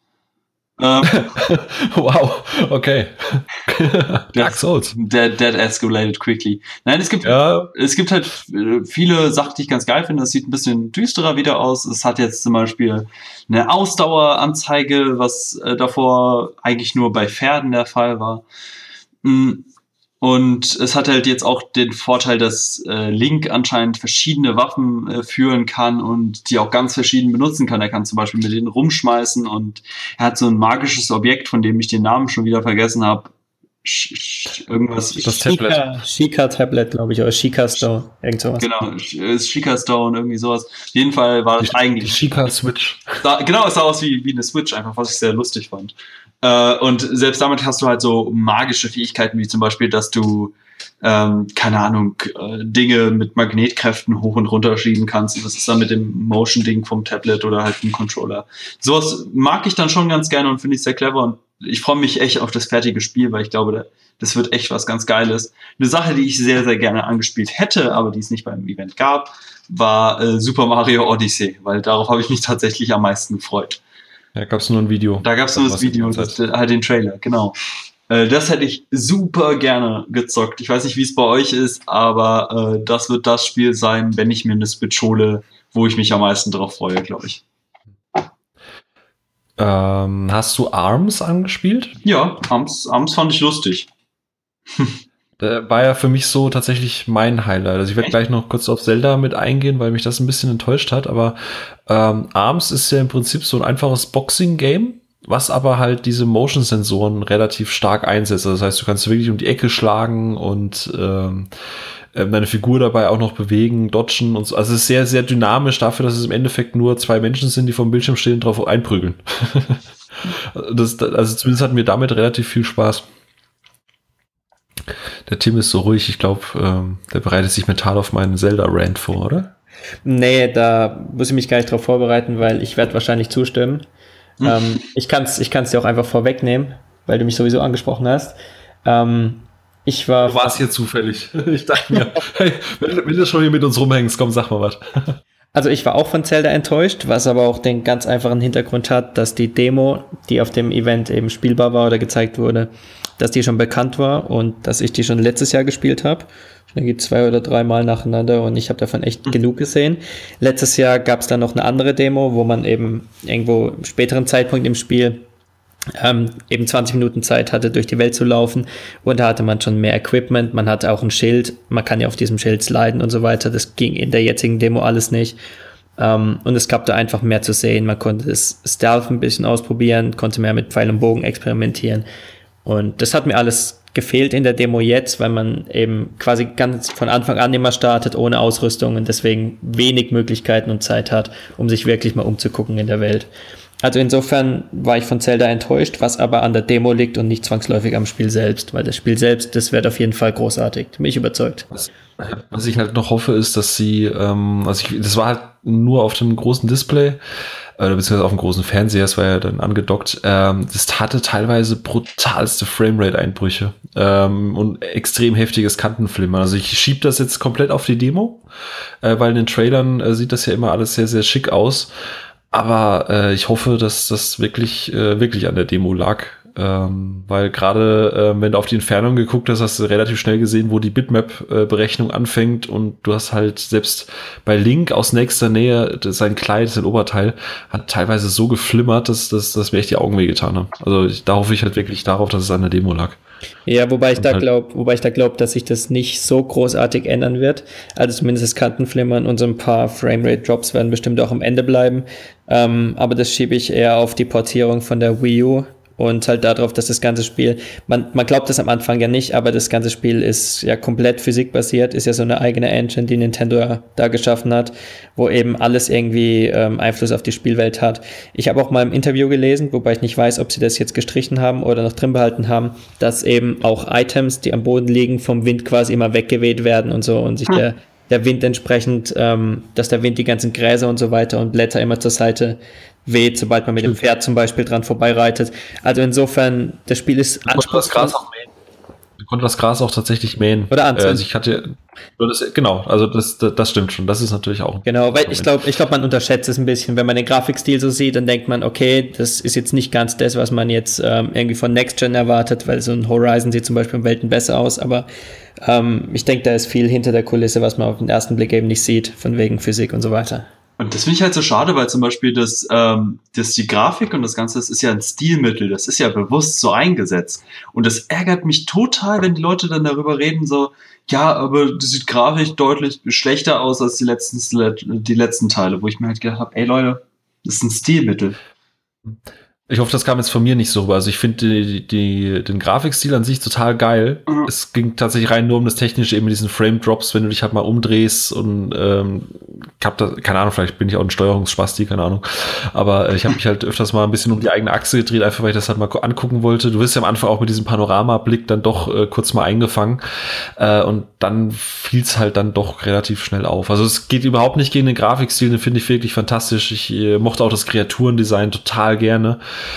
Wow, okay. Dark Souls. That escalated quickly. Nein, es gibt halt viele Sachen, die ich ganz geil finde. Es sieht ein bisschen düsterer wieder aus. Es hat jetzt zum Beispiel eine Ausdaueranzeige, was davor eigentlich nur bei Pferden der Fall war. Und es hat halt jetzt auch den Vorteil, dass Link anscheinend verschiedene Waffen führen kann und die auch ganz verschieden benutzen kann. Er kann zum Beispiel mit denen rumschmeißen und er hat so ein magisches Objekt, von dem ich den Namen schon wieder vergessen habe. Irgendwas. Das Tablet. Sheikah Tablet, glaube ich, oder Sheikah Stone, irgend sowas. Genau, Sheikah Stone, irgendwie sowas. Auf jeden Fall war das eigentlich... Die Sheikah Switch. Genau, es sah aus wie eine Switch, einfach, was ich sehr lustig fand. Und selbst damit hast du halt so magische Fähigkeiten, wie zum Beispiel, dass du, keine Ahnung, Dinge mit Magnetkräften hoch und runter schieben kannst. Und das ist dann mit dem Motion-Ding vom Tablet oder halt dem Controller. Sowas mag ich dann schon ganz gerne und finde ich sehr clever. Und ich freue mich echt auf das fertige Spiel, weil ich glaube, das wird echt was ganz Geiles. Eine Sache, die ich sehr, sehr gerne angespielt hätte, aber die es nicht beim Event gab, war Super Mario Odyssey, weil darauf habe ich mich tatsächlich am meisten gefreut. Da gab es nur ein Video. Da gab es nur das Video, halt den Trailer, genau. Das hätte ich super gerne gezockt. Ich weiß nicht, wie es bei euch ist, aber das wird das Spiel sein, wenn ich mir eine Switch hole, wo ich mich am meisten drauf freue, glaube ich. Hast du ARMS angespielt? Ja, ARMS fand ich lustig. War ja für mich so tatsächlich mein Highlight. Also ich werde gleich noch kurz auf Zelda mit eingehen, weil mich das ein bisschen enttäuscht hat. Aber ARMS ist ja im Prinzip so ein einfaches Boxing-Game, was aber halt diese Motion-Sensoren relativ stark einsetzt. Also das heißt, du kannst wirklich um die Ecke schlagen und deine Figur dabei auch noch bewegen, dodgen und so. Also es ist sehr, sehr dynamisch dafür, dass es im Endeffekt nur 2 Menschen sind, die vom Bildschirm stehen und drauf einprügeln. Also zumindest hatten wir damit relativ viel Spaß. Der Tim ist so ruhig, ich glaube, der bereitet sich mental auf meinen Zelda-Rant vor, oder? Nee, da muss ich mich gar nicht drauf vorbereiten, weil ich werde wahrscheinlich zustimmen. Ich kann's dir auch einfach vorwegnehmen, weil du mich sowieso angesprochen hast. Du warst hier zufällig. Ich dachte mir, hey, wenn du schon hier mit uns rumhängst, komm, sag mal was. Also ich war auch von Zelda enttäuscht, was aber auch den ganz einfachen Hintergrund hat, dass die Demo, die auf dem Event eben spielbar war oder gezeigt wurde, dass die schon bekannt war und dass ich die schon letztes Jahr gespielt habe. irgendwie 2 oder 3 Mal nacheinander und ich habe davon echt genug gesehen. Letztes Jahr gab es dann noch eine andere Demo, wo man eben irgendwo im späteren Zeitpunkt im Spiel eben 20 Minuten Zeit hatte, durch die Welt zu laufen und da hatte man schon mehr Equipment, man hatte auch ein Schild, man kann ja auf diesem Schild sliden und so weiter, das ging in der jetzigen Demo alles nicht. Und es gab da einfach mehr zu sehen, man konnte das Stealth ein bisschen ausprobieren, konnte mehr mit Pfeil und Bogen experimentieren und das hat mir alles gefehlt in der Demo jetzt, weil man eben quasi ganz von Anfang an immer startet, ohne Ausrüstung und deswegen wenig Möglichkeiten und Zeit hat, um sich wirklich mal umzugucken in der Welt. Also insofern war ich von Zelda enttäuscht, was aber an der Demo liegt und nicht zwangsläufig am Spiel selbst, weil das Spiel selbst, das wird auf jeden Fall großartig. Mich überzeugt. Was ich halt noch hoffe, ist, dass sie, das war halt nur auf dem großen Display, beziehungsweise auf dem großen Fernseher, es war ja dann angedockt, das hatte teilweise brutalste Framerate-Einbrüche und extrem heftiges Kantenflimmern. Also ich schieb das jetzt komplett auf die Demo, weil in den Trailern sieht das ja immer alles sehr, sehr schick aus. Aber ich hoffe, dass das wirklich an der Demo lag. Weil gerade, wenn du auf die Entfernung geguckt hast, hast du relativ schnell gesehen, wo die Bitmap-Berechnung anfängt und du hast halt selbst bei Link aus nächster Nähe sein Kleid, sein Oberteil, hat teilweise so geflimmert, dass mir echt die Augen wehgetan haben. Also da hoffe ich halt wirklich darauf, dass es an der Demo lag. Ja, wobei ich da glaube, dass sich das nicht so großartig ändern wird. Also zumindest das Kantenflimmern und so ein paar Framerate-Drops werden bestimmt auch am Ende bleiben. Aber das schiebe ich eher auf die Portierung von der Wii U und halt darauf, dass das ganze Spiel, man glaubt das am Anfang ja nicht, aber das ganze Spiel ist ja komplett physikbasiert, ist ja so eine eigene Engine, die Nintendo da geschaffen hat, wo eben alles irgendwie Einfluss auf die Spielwelt hat. Ich habe auch mal im Interview gelesen, wobei ich nicht weiß, ob sie das jetzt gestrichen haben oder noch drin behalten haben, dass eben auch Items, die am Boden liegen, vom Wind quasi immer weggeweht werden und so und sich der Wind entsprechend, dass der Wind die ganzen Gräser und so weiter und Blätter immer zur Seite weht, sobald man mit dem Pferd zum Beispiel dran vorbeireitet. Also insofern, das Spiel ist anspruchsvoll. Du konntest das Gras auch tatsächlich mähen. Oder anzünden. Also ich hatte, genau, also das stimmt schon. Das ist natürlich auch. Genau, weil ich glaube, man unterschätzt es ein bisschen. Wenn man den Grafikstil so sieht, dann denkt man, okay, das ist jetzt nicht ganz das, was man jetzt irgendwie von Next Gen erwartet, weil so ein Horizon sieht zum Beispiel im Welten besser aus, aber ich denke, da ist viel hinter der Kulisse, was man auf den ersten Blick eben nicht sieht, von wegen Physik und so weiter. Und das finde ich halt so schade, weil zum Beispiel die Grafik und das Ganze, das ist ja ein Stilmittel, das ist ja bewusst so eingesetzt. Und das ärgert mich total, wenn die Leute dann darüber reden, so, ja, aber das sieht grafisch deutlich schlechter aus als die letzten Teile, wo ich mir halt gedacht habe, ey Leute, das ist ein Stilmittel. Ich hoffe, das kam jetzt von mir nicht so rüber. Also ich finde den Grafikstil an sich total geil. Mhm. Es ging tatsächlich rein nur um das Technische, eben mit diesen Frame-Drops, wenn du dich halt mal umdrehst und ich hab da, keine Ahnung, vielleicht bin ich auch ein Steuerungsspasti, keine Ahnung. Aber ich habe mich halt öfters mal ein bisschen um die eigene Achse gedreht, einfach weil ich das halt mal angucken wollte. Du wirst ja am Anfang auch mit diesem Panoramablick dann doch kurz mal eingefangen. Und dann fiel es halt dann doch relativ schnell auf. Also es geht überhaupt nicht gegen den Grafikstil, den finde ich wirklich fantastisch. Ich mochte auch das Kreaturendesign total gerne.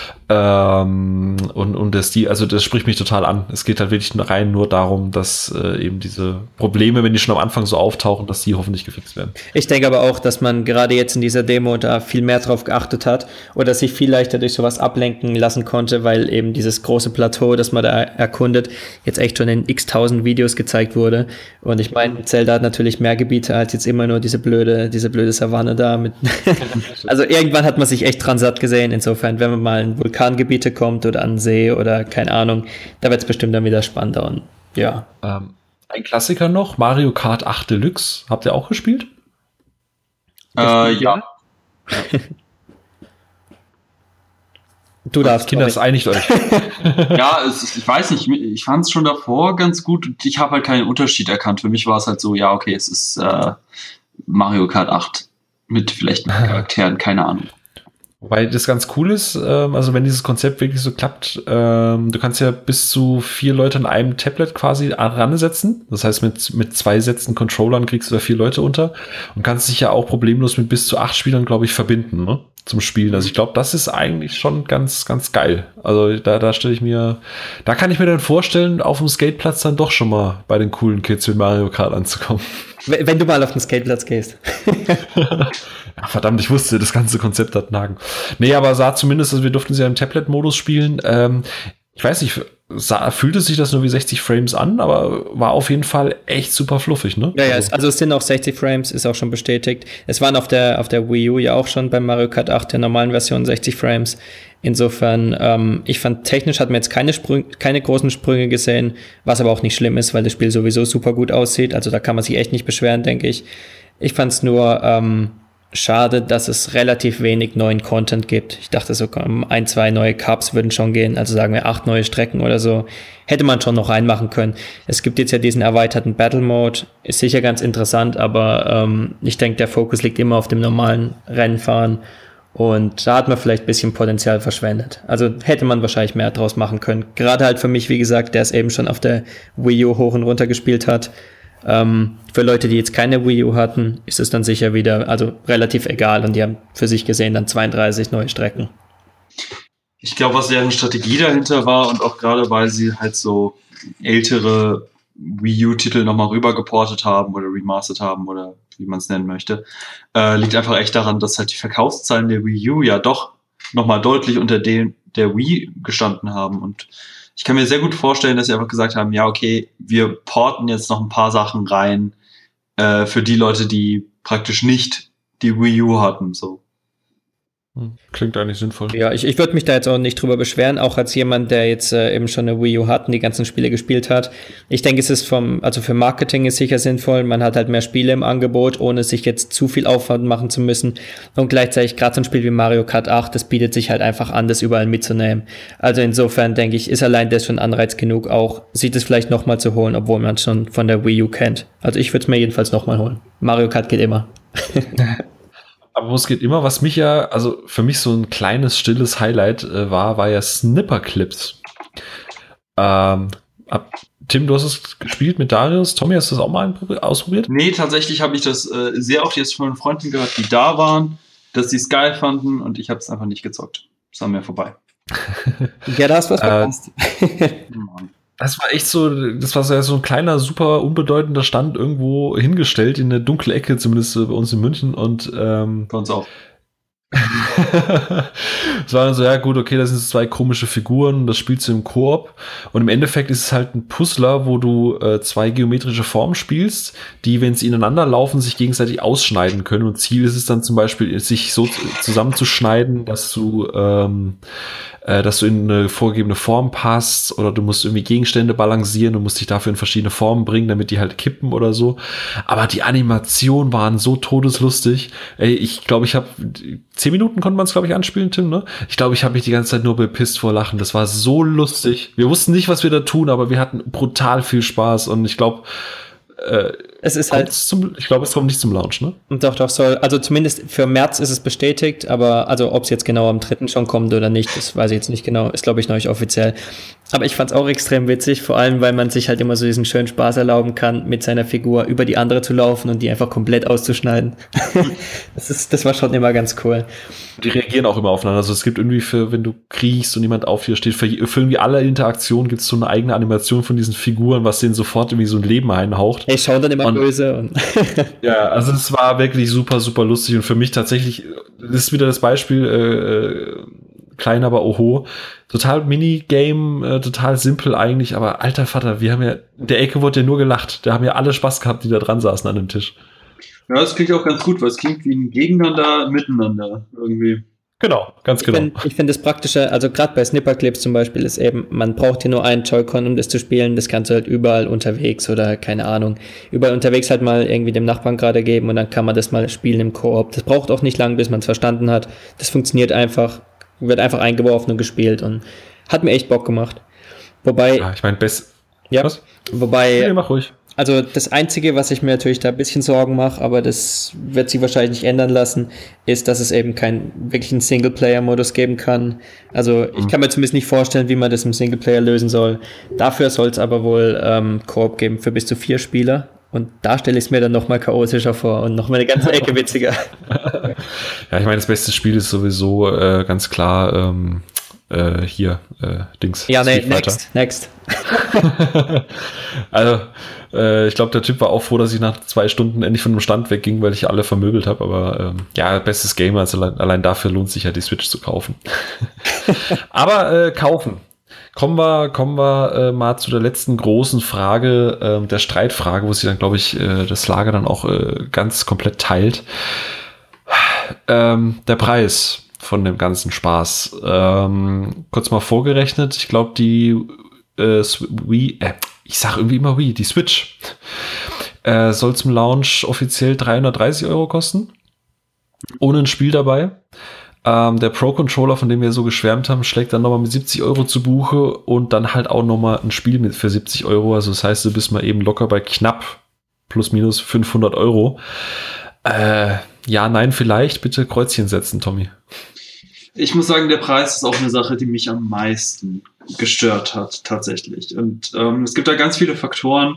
Und das spricht mich total an. Es geht halt wirklich rein nur darum, dass eben diese Probleme, wenn die schon am Anfang so auftauchen, dass die hoffentlich gefixt werden. Ich denke aber auch, dass man gerade jetzt in dieser Demo da viel mehr drauf geachtet hat oder sich viel leichter durch sowas ablenken lassen konnte, weil eben dieses große Plateau, das man da erkundet, jetzt echt schon in x-tausend Videos gezeigt wurde. Und ich meine, Zelda hat natürlich mehr Gebiete als jetzt immer nur diese blöde Savanne da mit. Also irgendwann hat man sich echt dran satt gesehen. Insofern, wenn man mal in Vulkangebiete kommt oder an See oder keine Ahnung, da wird es bestimmt dann wieder spannender und ja. Ein Klassiker noch, Mario Kart 8 Deluxe. Habt ihr auch gespielt? Ja. Du darfst. Kinder, das einigt euch. Ja, ich weiß nicht, ich fand es schon davor ganz gut und ich habe halt keinen Unterschied erkannt. Für mich war es halt so, ja, okay, es ist Mario Kart 8 mit vielleicht mehr Charakteren, keine Ahnung. Wobei das ganz cool ist, also wenn dieses Konzept wirklich so klappt, du kannst ja bis zu 4 Leute an einem Tablet quasi ransetzen. Das heißt, mit 2 Sätzen Controllern kriegst du da 4 Leute unter und kannst dich ja auch problemlos mit bis zu 8 Spielern, glaube ich, verbinden, ne? Zum Spielen. Also ich glaube, das ist eigentlich schon ganz, ganz geil. Also da kann ich mir dann vorstellen, auf dem Skateplatz dann doch schon mal bei den coolen Kids mit Mario Kart anzukommen. Wenn du mal auf den Skateplatz gehst. Ja, verdammt, ich wusste, das ganze Konzept hat Nagen. Nee, aber sah zumindest, also wir durften sie ja im Tablet-Modus spielen. ich weiß nicht, fühlte sich das nur wie 60 Frames an, aber war auf jeden Fall echt super fluffig, ne? Ja, also es sind auch 60 Frames, ist auch schon bestätigt. Es waren auf der Wii U ja auch schon beim Mario Kart 8 der normalen Version 60 Frames. Insofern, ich fand, technisch hat man jetzt keine großen Sprünge gesehen, was aber auch nicht schlimm ist, weil das Spiel sowieso super gut aussieht. Also da kann man sich echt nicht beschweren, denke ich. Ich fand es nur schade, dass es relativ wenig neuen Content gibt. Ich dachte so, 1, 2 neue Cups würden schon gehen, also sagen wir 8 neue Strecken oder so. Hätte man schon noch reinmachen können. Es gibt jetzt ja diesen erweiterten Battle Mode, ist sicher ganz interessant, aber ich denke, der Fokus liegt immer auf dem normalen Rennfahren und da hat man vielleicht ein bisschen Potenzial verschwendet. Also hätte man wahrscheinlich mehr draus machen können. Gerade halt für mich, wie gesagt, der es eben schon auf der Wii U hoch und runter gespielt hat. Für Leute, die jetzt keine Wii U hatten, ist es dann sicher wieder, also relativ egal und die haben für sich gesehen dann 32 neue Strecken. Ich glaube, was deren Strategie dahinter war und auch gerade, weil sie halt so ältere Wii U-Titel nochmal rüber geportet haben oder remastert haben oder wie man es nennen möchte, liegt einfach echt daran, dass halt die Verkaufszahlen der Wii U ja doch nochmal deutlich unter denen der Wii gestanden haben und ich kann mir sehr gut vorstellen, dass sie einfach gesagt haben, ja, okay, wir porten jetzt noch ein paar Sachen rein für die Leute, die praktisch nicht die Wii U hatten. So. Klingt eigentlich sinnvoll. Ja, ich würde mich da jetzt auch nicht drüber beschweren, auch als jemand, der jetzt eben schon eine Wii U hat und die ganzen Spiele gespielt hat. Ich denke, es ist für Marketing ist sicher sinnvoll. Man hat halt mehr Spiele im Angebot, ohne sich jetzt zu viel Aufwand machen zu müssen. Und gleichzeitig gerade so ein Spiel wie Mario Kart 8, das bietet sich halt einfach an, das überall mitzunehmen. Also insofern denke ich, ist allein das schon Anreiz genug, auch sich das vielleicht nochmal zu holen, obwohl man es schon von der Wii U kennt. Also ich würde es mir jedenfalls nochmal holen. Mario Kart geht immer. Aber es geht immer, was mich ja, also für mich so ein kleines, stilles Highlight war ja Snipperclips. Tim, du hast es gespielt mit Darius. Tommy, hast du das auch mal ausprobiert? Nee, tatsächlich habe ich das sehr oft jetzt von Freunden gehört, die da waren, dass sie es geil fanden und ich habe es einfach nicht gezockt. Es war mir vorbei. Ja, da hast du was verpasst. Das war echt so, das war so ein kleiner, super unbedeutender Stand irgendwo hingestellt, in eine dunkle Ecke, zumindest bei uns in München. Und bei uns auch. Es war dann so, ja gut, okay, das sind 2 komische Figuren, das spielst du im Koop. Und im Endeffekt ist es halt ein Puzzler, wo du 2 geometrische Formen spielst, die, wenn sie ineinander laufen, sich gegenseitig ausschneiden können. Und Ziel ist es dann zum Beispiel, sich so zusammenzuschneiden, dass du in eine vorgegebene Form passt, oder du musst irgendwie Gegenstände balancieren und musst dich dafür in verschiedene Formen bringen, damit die halt kippen oder so. Aber die Animationen waren so todeslustig. Ey, ich glaube, ich habe 10 Minuten konnte man es, glaube ich, anspielen, Tim, ne? Ich glaube, ich habe mich die ganze Zeit nur bepisst vor Lachen. Das war so lustig. Wir wussten nicht, was wir da tun, aber wir hatten brutal viel Spaß und ich glaube, es ist halt. Ich glaube, es kommt nicht zum Launch, ne? Doch, soll. Also zumindest für März ist es bestätigt, aber also ob es jetzt genau am 3. schon kommt oder nicht, das weiß ich jetzt nicht genau. Ist, glaube ich, noch nicht offiziell. Aber ich fand es auch extrem witzig, vor allem, weil man sich halt immer so diesen schönen Spaß erlauben kann, mit seiner Figur über die andere zu laufen und die einfach komplett auszuschneiden. Das war schon immer ganz cool. Die reagieren auch immer aufeinander. Also es gibt irgendwie wenn du kriechst und jemand auf dir steht, für irgendwie alle Interaktionen gibt es so eine eigene Animation von diesen Figuren, was denen sofort irgendwie so ein Leben einhaucht. Ich schaue dann immer böse. Und ja, also es war wirklich super, super lustig und für mich tatsächlich, das ist wieder das Beispiel, klein, aber oho. Total Minigame, total simpel eigentlich, aber alter Vater, wir haben ja, in der Ecke wurde ja nur gelacht. Da haben ja alle Spaß gehabt, die da dran saßen an dem Tisch. Ja, das klingt auch ganz gut, weil es klingt wie ein Gegeneinander, miteinander irgendwie. Genau, ganz genau. Ich finde das Praktische, also gerade bei Snipperclips zum Beispiel ist eben, man braucht hier nur einen Joy-Con, um das zu spielen. Das kannst du halt überall unterwegs oder keine Ahnung, überall unterwegs halt mal irgendwie dem Nachbarn gerade geben und dann kann man das mal spielen im Koop. Das braucht auch nicht lang, bis man es verstanden hat. Das funktioniert einfach, wird einfach eingeworfen und gespielt und hat mir echt Bock gemacht. Wobei... Ja, ich meine, ja, was? Wobei... Nee, mach ruhig. Also das Einzige, was ich mir natürlich da ein bisschen Sorgen mache, aber das wird sich wahrscheinlich nicht ändern lassen, ist, dass es eben keinen wirklichen Singleplayer-Modus geben kann. Also ich kann mir zumindest nicht vorstellen, wie man das im Singleplayer lösen soll. Dafür soll es aber wohl Koop geben für bis zu 4 Spieler. Und da stelle ich es mir dann nochmal chaotischer vor und nochmal eine ganze Ecke witziger. Ja, ich meine, das beste Spiel ist sowieso ganz klar Dings. Ja, nee, next. Also, ich glaube, der Typ war auch froh, dass ich nach 2 Stunden endlich von dem Stand wegging, weil ich alle vermöbelt habe. Aber ja, bestes Game, also allein dafür lohnt sich ja die Switch zu kaufen. Aber kaufen. Kommen wir mal zu der letzten großen Frage, der Streitfrage, wo sich dann, glaube ich, das Lager dann auch ganz komplett teilt. Der Preis von dem ganzen Spaß. Kurz mal vorgerechnet, ich glaube, die Wii, ich sage irgendwie immer Wii, die Switch soll zum Launch offiziell 330 € kosten. Ohne ein Spiel dabei. Der Pro-Controller, von dem wir so geschwärmt haben, schlägt dann nochmal mit 70 € zu Buche und dann halt auch nochmal ein Spiel mit für 70 €. Also das heißt, du bist mal eben locker bei knapp plus minus 500 €. Ja, nein, vielleicht. Bitte Kreuzchen setzen, Tommy. Ich muss sagen, der Preis ist auch eine Sache, die mich am meisten gestört hat, tatsächlich. Und es gibt da ganz viele Faktoren,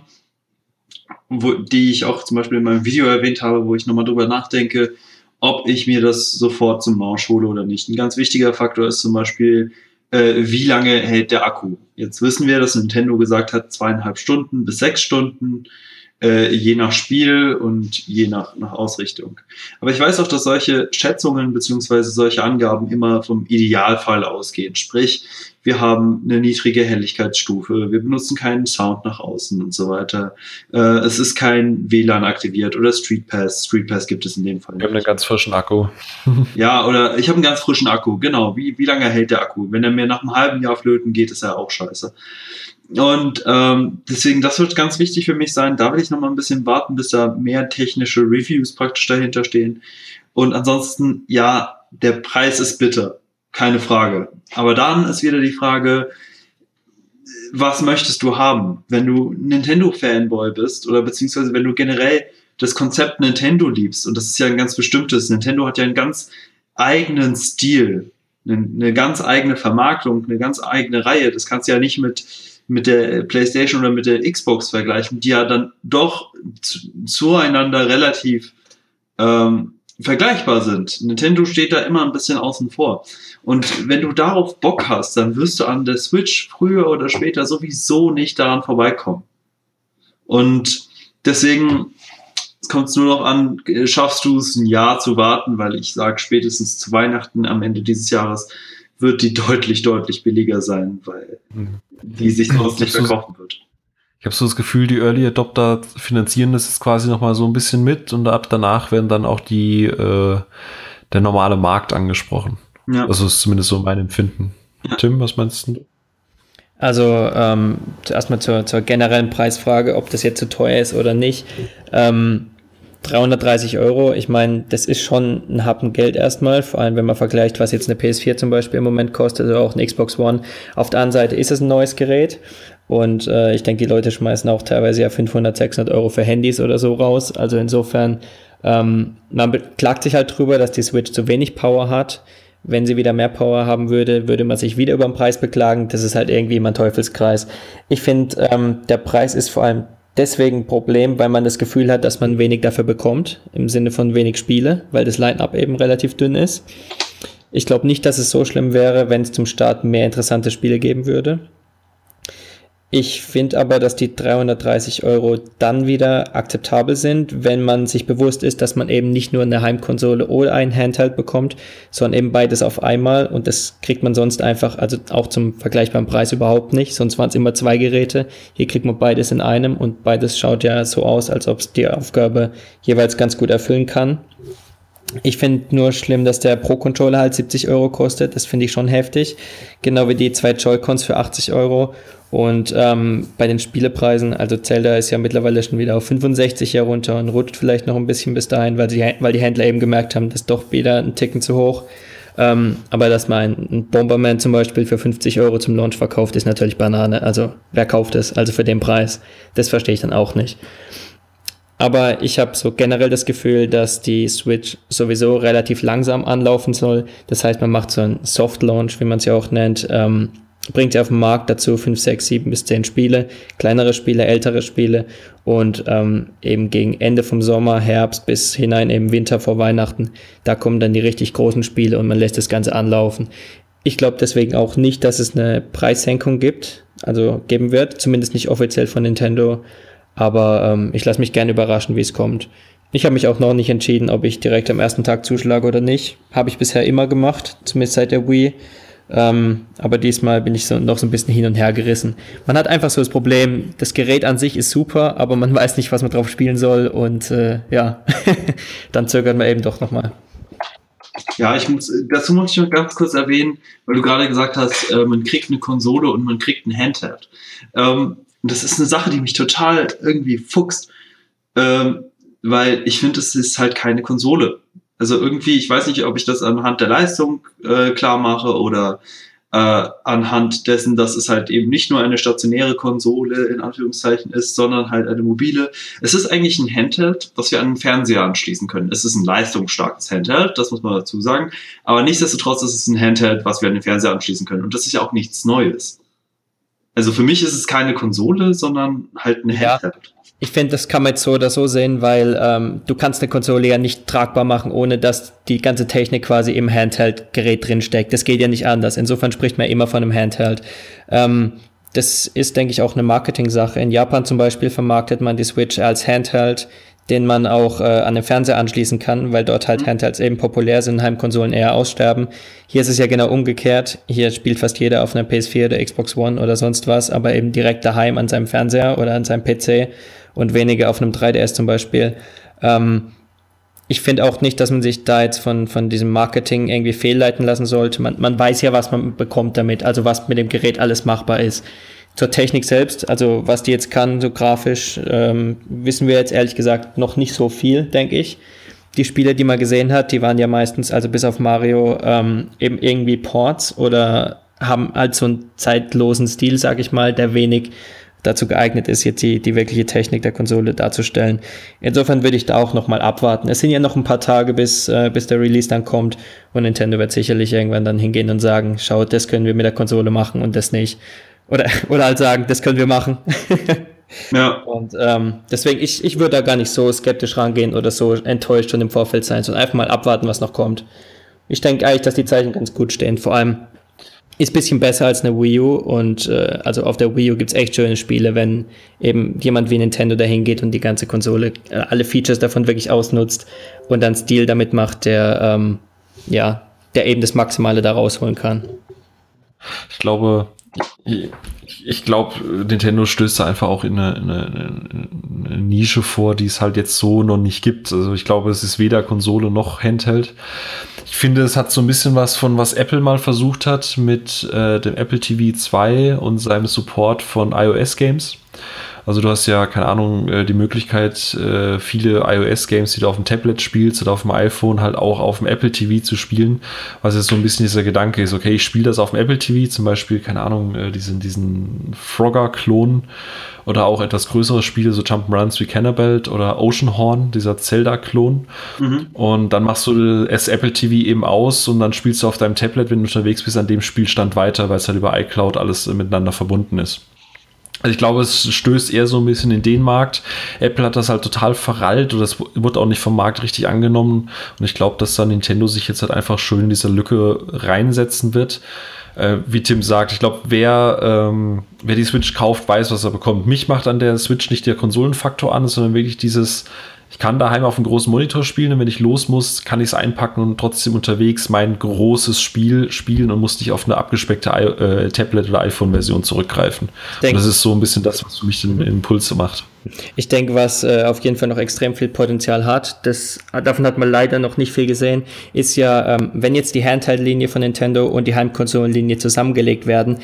die ich auch zum Beispiel in meinem Video erwähnt habe, wo ich nochmal drüber nachdenke, ob ich mir das sofort zum Launch hole oder nicht. Ein ganz wichtiger Faktor ist zum Beispiel, wie lange hält der Akku. Jetzt wissen wir, dass Nintendo gesagt hat, 2,5 Stunden bis 6 Stunden, je nach Spiel und je nach Ausrichtung. Aber ich weiß auch, dass solche Schätzungen beziehungsweise solche Angaben immer vom Idealfall ausgehen. Sprich, wir haben eine niedrige Helligkeitsstufe, wir benutzen keinen Sound nach außen und so weiter. Es ist kein WLAN aktiviert oder Street Pass. Street Pass gibt es in dem Fall nicht. Wir haben einen ganz frischen Akku. Ja, oder ich habe einen ganz frischen Akku, genau. Wie lange hält der Akku? Wenn er mir nach einem halben Jahr flöten geht, ist er auch scheiße. Und deswegen, das wird ganz wichtig für mich sein. Da will ich noch mal ein bisschen warten, bis da mehr technische Reviews praktisch dahinter stehen. Und ansonsten, ja, der Preis ist bitter, keine Frage. Aber dann ist wieder die Frage, was möchtest du haben? Wenn du Nintendo-Fanboy bist oder beziehungsweise wenn du generell das Konzept Nintendo liebst, und das ist ja ein ganz bestimmtes, Nintendo hat ja einen ganz eigenen Stil, eine ganz eigene Vermarktung, eine ganz eigene Reihe. Das kannst du ja nicht mit der PlayStation oder mit der Xbox vergleichen, die ja dann doch zueinander relativ vergleichbar sind. Nintendo steht da immer ein bisschen außen vor. Und wenn du darauf Bock hast, dann wirst du an der Switch früher oder später sowieso nicht daran vorbeikommen. Und deswegen kommt es nur noch an, schaffst du es, ein Jahr zu warten, weil ich sage, spätestens zu Weihnachten am Ende dieses Jahres wird die deutlich, deutlich billiger sein, weil die sich sonst nicht verkaufen wird. Ich habe so das Gefühl, die Early Adopter finanzieren das jetzt quasi nochmal so ein bisschen mit und ab danach werden dann auch der normale Markt angesprochen. Ja. Also ist zumindest so mein Empfinden. Ja. Tim, was meinst du? Also zuerst mal zur generellen Preisfrage, ob das jetzt zu teuer ist oder nicht. 330 €, ich meine, das ist schon ein Happen Geld erstmal, vor allem wenn man vergleicht, was jetzt eine PS4 zum Beispiel im Moment kostet oder auch eine Xbox One. Auf der anderen Seite ist es ein neues Gerät und ich denke, die Leute schmeißen auch teilweise ja 500, 600 € für Handys oder so raus. Also insofern, man beklagt sich halt drüber, dass die Switch zu wenig Power hat. Wenn sie wieder mehr Power haben würde, würde man sich wieder über den Preis beklagen. Das ist halt irgendwie immer ein Teufelskreis. Ich finde, der Preis ist vor allem deswegen ein Problem, weil man das Gefühl hat, dass man wenig dafür bekommt, im Sinne von wenig Spiele, weil das Line-Up eben relativ dünn ist. Ich glaube nicht, dass es so schlimm wäre, wenn es zum Start mehr interessante Spiele geben würde. Ich finde aber, dass die 330 € dann wieder akzeptabel sind, wenn man sich bewusst ist, dass man eben nicht nur eine Heimkonsole oder ein Handheld bekommt, sondern eben beides auf einmal und das kriegt man sonst einfach, also auch zum vergleichbaren Preis überhaupt nicht, sonst waren es immer 2 Geräte, hier kriegt man beides in einem und beides schaut ja so aus, als ob es die Aufgabe jeweils ganz gut erfüllen kann. Ich finde nur schlimm, dass der Pro-Controller halt 70 € kostet, das finde ich schon heftig, genau wie die 2 Joy-Cons für 80 € und bei den Spielepreisen, also Zelda ist ja mittlerweile schon wieder auf 65 herunter und rutscht vielleicht noch ein bisschen bis dahin, weil die Händler eben gemerkt haben, das ist doch wieder ein Ticken zu hoch, aber dass man ein Bomberman zum Beispiel für 50 € zum Launch verkauft, ist natürlich Banane, also wer kauft es, also für den Preis, das verstehe ich dann auch nicht. Aber ich habe so generell das Gefühl, dass die Switch sowieso relativ langsam anlaufen soll. Das heißt, man macht so einen Soft-Launch, wie man es ja auch nennt, bringt sie auf den Markt dazu 5, 6, 7 bis 10 Spiele, kleinere Spiele, ältere Spiele und eben gegen Ende vom Sommer, Herbst bis hinein eben Winter vor Weihnachten, da kommen dann die richtig großen Spiele und man lässt das Ganze anlaufen. Ich glaube deswegen auch nicht, dass es eine Preissenkung geben wird, zumindest nicht offiziell von Nintendo. Aber ich lasse mich gerne überraschen, wie es kommt. Ich habe mich auch noch nicht entschieden, ob ich direkt am ersten Tag zuschlage oder nicht. Habe ich bisher immer gemacht, zumindest seit der Wii. Aber diesmal bin ich noch so ein bisschen hin und her gerissen. Man hat einfach so das Problem, das Gerät an sich ist super, aber man weiß nicht, was man drauf spielen soll und dann zögert man eben doch nochmal. Ja, dazu muss ich noch ganz kurz erwähnen, weil du gerade gesagt hast, man kriegt eine Konsole und man kriegt ein Handheld. Das ist eine Sache, die mich total irgendwie fuchst, weil ich finde, es ist halt keine Konsole. Also irgendwie, ich weiß nicht, ob ich das anhand der Leistung klar mache oder anhand dessen, dass es halt eben nicht nur eine stationäre Konsole in Anführungszeichen ist, sondern halt eine mobile. Es ist eigentlich ein Handheld, das wir an einen Fernseher anschließen können. Es ist ein leistungsstarkes Handheld, das muss man dazu sagen. Aber nichtsdestotrotz ist es ein Handheld, was wir an den Fernseher anschließen können. Und das ist ja auch nichts Neues. Also für mich ist es keine Konsole, sondern halt ein Handheld. Ich finde, das kann man jetzt so oder so sehen, weil du kannst eine Konsole ja nicht tragbar machen, ohne dass die ganze Technik quasi im Handheld-Gerät drin steckt. Das geht ja nicht anders. Insofern spricht man immer von einem Handheld. Das ist, denke ich, auch eine Marketing-Sache. In Japan zum Beispiel vermarktet man die Switch als Handheld, den man auch an den Fernseher anschließen kann, weil dort halt Handhelds eben populär sind, Heimkonsolen eher aussterben. Hier ist es ja genau umgekehrt. Hier spielt fast jeder auf einer PS4 oder Xbox One oder sonst was, aber eben direkt daheim an seinem Fernseher oder an seinem PC und weniger auf einem 3DS zum Beispiel. Ich finde auch nicht, dass man sich da jetzt von diesem Marketing irgendwie fehlleiten lassen sollte. Man weiß ja, was man bekommt damit, also was mit dem Gerät alles machbar ist. Zur Technik selbst, also was die jetzt kann, so grafisch, wissen wir jetzt ehrlich gesagt noch nicht so viel, denke ich. Die Spiele, die man gesehen hat, die waren ja meistens, also bis auf Mario, eben irgendwie Ports oder haben halt so einen zeitlosen Stil, sag ich mal, der wenig dazu geeignet ist, jetzt die wirkliche Technik der Konsole darzustellen. Insofern würde ich da auch nochmal abwarten. Es sind ja noch ein paar Tage, bis der Release dann kommt und Nintendo wird sicherlich irgendwann dann hingehen und sagen, schaut, das können wir mit der Konsole machen und das nicht. Oder halt sagen, das können wir machen. Ja. Und deswegen, ich würde da gar nicht so skeptisch rangehen oder so enttäuscht schon im Vorfeld sein, sondern einfach mal abwarten, was noch kommt. Ich denke eigentlich, dass die Zeichen ganz gut stehen. Vor allem ist ein bisschen besser als eine Wii U und also auf der Wii U gibt's echt schöne Spiele, wenn eben jemand wie Nintendo da hingeht und die ganze Konsole, alle Features davon wirklich ausnutzt und dann Stil damit macht, der eben das Maximale da rausholen kann. Ich glaube, Nintendo stößt da einfach auch in eine Nische vor, die es halt jetzt so noch nicht gibt. Also ich glaube, es ist weder Konsole noch Handheld. Ich finde, es hat so ein bisschen was von, was Apple mal versucht hat mit dem Apple TV 2 und seinem Support von iOS-Games. Also du hast ja, keine Ahnung, die Möglichkeit, viele iOS-Games, die du auf dem Tablet spielst oder auf dem iPhone, halt auch auf dem Apple TV zu spielen. Was jetzt so ein bisschen dieser Gedanke ist, okay, ich spiele das auf dem Apple TV, zum Beispiel, keine Ahnung, diesen Frogger-Klon oder auch etwas größere Spiele, so Jump'n'Runs wie Cannabelt oder Oceanhorn, dieser Zelda-Klon. Mhm. Und dann machst du das Apple TV eben aus und dann spielst du auf deinem Tablet, wenn du unterwegs bist, an dem Spielstand weiter, weil es halt über iCloud alles miteinander verbunden ist. Also ich glaube, es stößt eher so ein bisschen in den Markt. Apple hat das halt total verrallt und das wird auch nicht vom Markt richtig angenommen. Und ich glaube, dass da Nintendo sich jetzt halt einfach schön in diese Lücke reinsetzen wird. Wie Tim sagt, ich glaube, wer die Switch kauft, weiß, was er bekommt. Mich macht an der Switch nicht der Konsolenfaktor an, sondern wirklich dieses, ich kann daheim auf einem großen Monitor spielen und wenn ich los muss, kann ich es einpacken und trotzdem unterwegs mein großes Spiel spielen und muss nicht auf eine abgespeckte Tablet- oder iPhone-Version zurückgreifen. Und das ist so ein bisschen das, was für mich den Impuls macht. Ich denke, was auf jeden Fall noch extrem viel Potenzial hat, davon hat man leider noch nicht viel gesehen, ist ja, wenn jetzt die Handheld-Linie von Nintendo und die Heimkonsolenlinie zusammengelegt werden,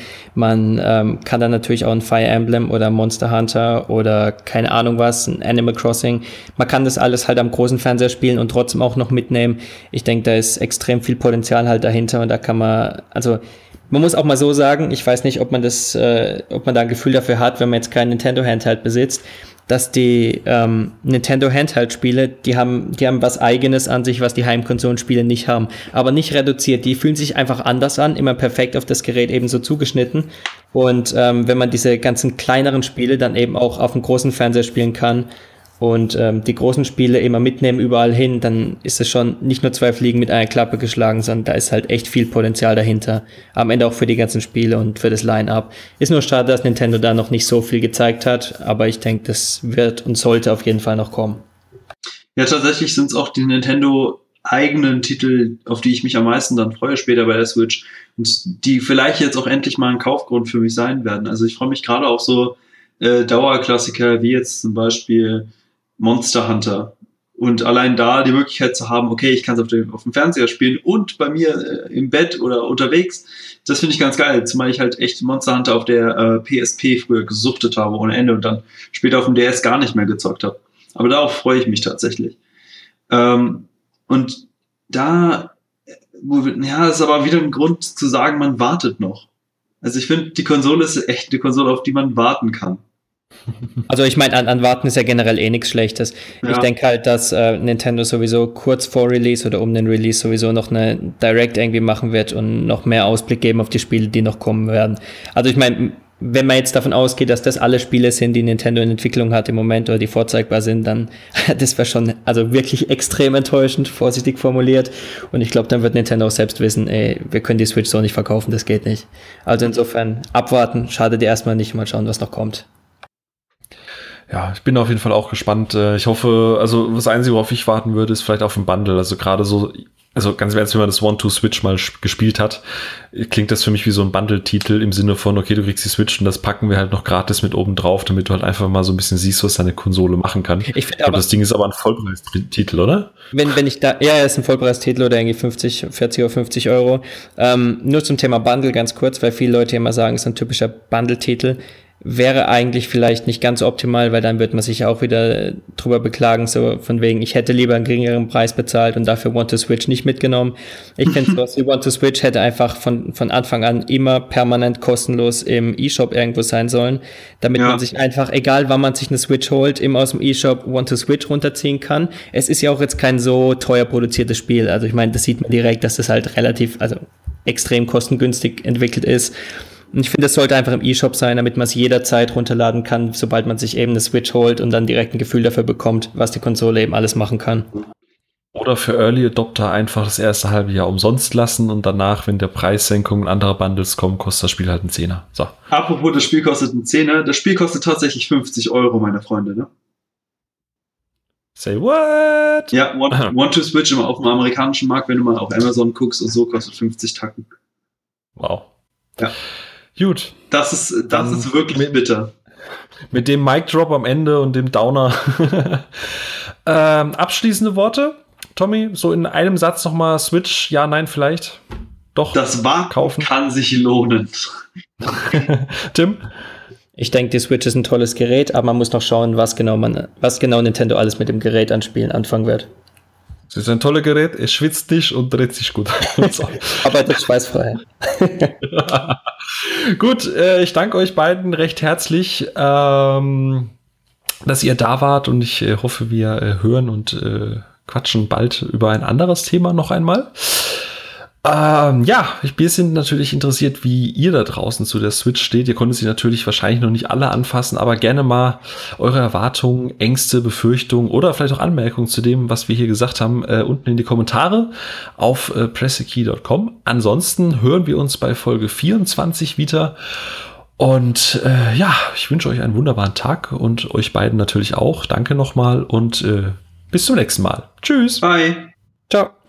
man kann dann natürlich auch ein Fire Emblem oder Monster Hunter oder keine Ahnung was, ein Animal Crossing, man kann das alles halt am großen Fernseher spielen und trotzdem auch noch mitnehmen. Ich denke, da ist extrem viel Potenzial halt dahinter und da kann man, also man muss auch mal so sagen, ich weiß nicht, ob man da ein Gefühl dafür hat, wenn man jetzt keinen Nintendo Handheld besitzt, dass die Nintendo Handheld-Spiele, die haben was Eigenes an sich, was die Heimkonsolenspiele nicht haben. Aber nicht reduziert. Die fühlen sich einfach anders an, immer perfekt auf das Gerät eben so zugeschnitten. Und wenn man diese ganzen kleineren Spiele dann eben auch auf dem großen Fernseher spielen kann und die großen Spiele immer mitnehmen überall hin, dann ist es schon nicht nur 2 Fliegen mit einer Klappe geschlagen, sondern da ist halt echt viel Potenzial dahinter. Am Ende auch für die ganzen Spiele und für das Line-Up. Ist nur schade, dass Nintendo da noch nicht so viel gezeigt hat, aber ich denke, das wird und sollte auf jeden Fall noch kommen. Ja, tatsächlich sind es auch die Nintendo eigenen Titel, auf die ich mich am meisten dann freue später bei der Switch und die vielleicht jetzt auch endlich mal ein Kaufgrund für mich sein werden. Also ich freue mich gerade auf so Dauerklassiker wie jetzt zum Beispiel Monster Hunter. Und allein da die Möglichkeit zu haben, okay, ich kann es auf dem Fernseher spielen und bei mir im Bett oder unterwegs, das finde ich ganz geil. Zumal ich halt echt Monster Hunter auf der PSP früher gesuchtet habe ohne Ende und dann später auf dem DS gar nicht mehr gezockt habe. Aber darauf freue ich mich tatsächlich. Und da, ja, ist aber wieder ein Grund zu sagen, man wartet noch. Also ich finde, die Konsole ist echt eine Konsole, auf die man warten kann. Also ich meine, an Warten ist ja generell nichts Schlechtes. Ja. Ich denke halt, dass Nintendo sowieso kurz vor Release oder um den Release sowieso noch eine Direct irgendwie machen wird und noch mehr Ausblick geben auf die Spiele, die noch kommen werden. Also ich meine, wenn man jetzt davon ausgeht, dass das alle Spiele sind, die Nintendo in Entwicklung hat im Moment oder die vorzeigbar sind, dann das wäre schon also wirklich extrem enttäuschend, vorsichtig formuliert. Und ich glaube, dann wird Nintendo auch selbst wissen, wir können die Switch so nicht verkaufen, das geht nicht. Also insofern abwarten, schadet dir erstmal nicht, mal schauen, was noch kommt. Ja, ich bin auf jeden Fall auch gespannt. Ich hoffe, also das Einzige, worauf ich warten würde, ist vielleicht auf ein Bundle. Also gerade so, also ganz ehrlich, wenn man das One-Two-Switch mal gespielt hat, klingt das für mich wie so ein Bundle-Titel im Sinne von, okay, du kriegst die Switch und das packen wir halt noch gratis mit oben drauf, damit du halt einfach mal so ein bisschen siehst, was deine Konsole machen kann. Ich glaube, das Ding ist aber ein Vollpreistitel, oder? Wenn ich da, ja, ist ein Vollpreistitel oder irgendwie 40 oder 50 Euro. Nur zum Thema Bundle ganz kurz, weil viele Leute immer sagen, es ist ein typischer Bundle-Titel. Wäre eigentlich vielleicht nicht ganz optimal, weil dann wird man sich auch wieder drüber beklagen, so von wegen, ich hätte lieber einen geringeren Preis bezahlt und dafür Want-to-Switch nicht mitgenommen. Ich finde, sowas wie Want-to-Switch hätte einfach von Anfang an immer permanent kostenlos im eShop irgendwo sein sollen, damit man sich einfach, egal wann man sich eine Switch holt, immer aus dem eShop Want-to-Switch runterziehen kann. Es ist ja auch jetzt kein so teuer produziertes Spiel, also ich meine, das sieht man direkt, dass das halt relativ, also extrem kostengünstig entwickelt ist. Und ich finde, das sollte einfach im eShop sein, damit man es jederzeit runterladen kann, sobald man sich eben eine Switch holt und dann direkt ein Gefühl dafür bekommt, was die Konsole eben alles machen kann. Oder für Early Adopter einfach das erste halbe Jahr umsonst lassen und danach, wenn der Preissenkung und andere Bundles kommen, kostet das Spiel halt einen Zehner. So. Apropos, das Spiel kostet einen Zehner. Das Spiel kostet tatsächlich 50 Euro, meine Freunde, ne? Say what? Ja, Want-to-Switch auf dem amerikanischen Markt, wenn du mal auf Amazon guckst und so, kostet 50 Tacken. Wow. Ja. Gut. Das ist wirklich bitter. Mit dem Mic-Drop am Ende und dem Downer. Abschließende Worte, Tommy? So in einem Satz nochmal Switch, ja, nein, vielleicht? Doch. Das kaufen kann sich lohnen. Tim? Ich denke, die Switch ist ein tolles Gerät, aber man muss noch schauen, was genau Nintendo alles mit dem Gerät an Spielen anfangen wird. Es ist ein tolles Gerät, es schwitzt nicht und dreht sich gut. So. Aber das schweißfrei. Gut, ich danke euch beiden recht herzlich, dass ihr da wart und ich hoffe, wir hören und quatschen bald über ein anderes Thema noch einmal. Wir sind natürlich interessiert, wie ihr da draußen zu der Switch steht. Ihr konntet sie natürlich wahrscheinlich noch nicht alle anfassen, aber gerne mal eure Erwartungen, Ängste, Befürchtungen oder vielleicht auch Anmerkungen zu dem, was wir hier gesagt haben, unten in die Kommentare auf pressekey.com. Ansonsten hören wir uns bei Folge 24 wieder. Und ich wünsche euch einen wunderbaren Tag und euch beiden natürlich auch. Danke nochmal und bis zum nächsten Mal. Tschüss. Bye. Ciao.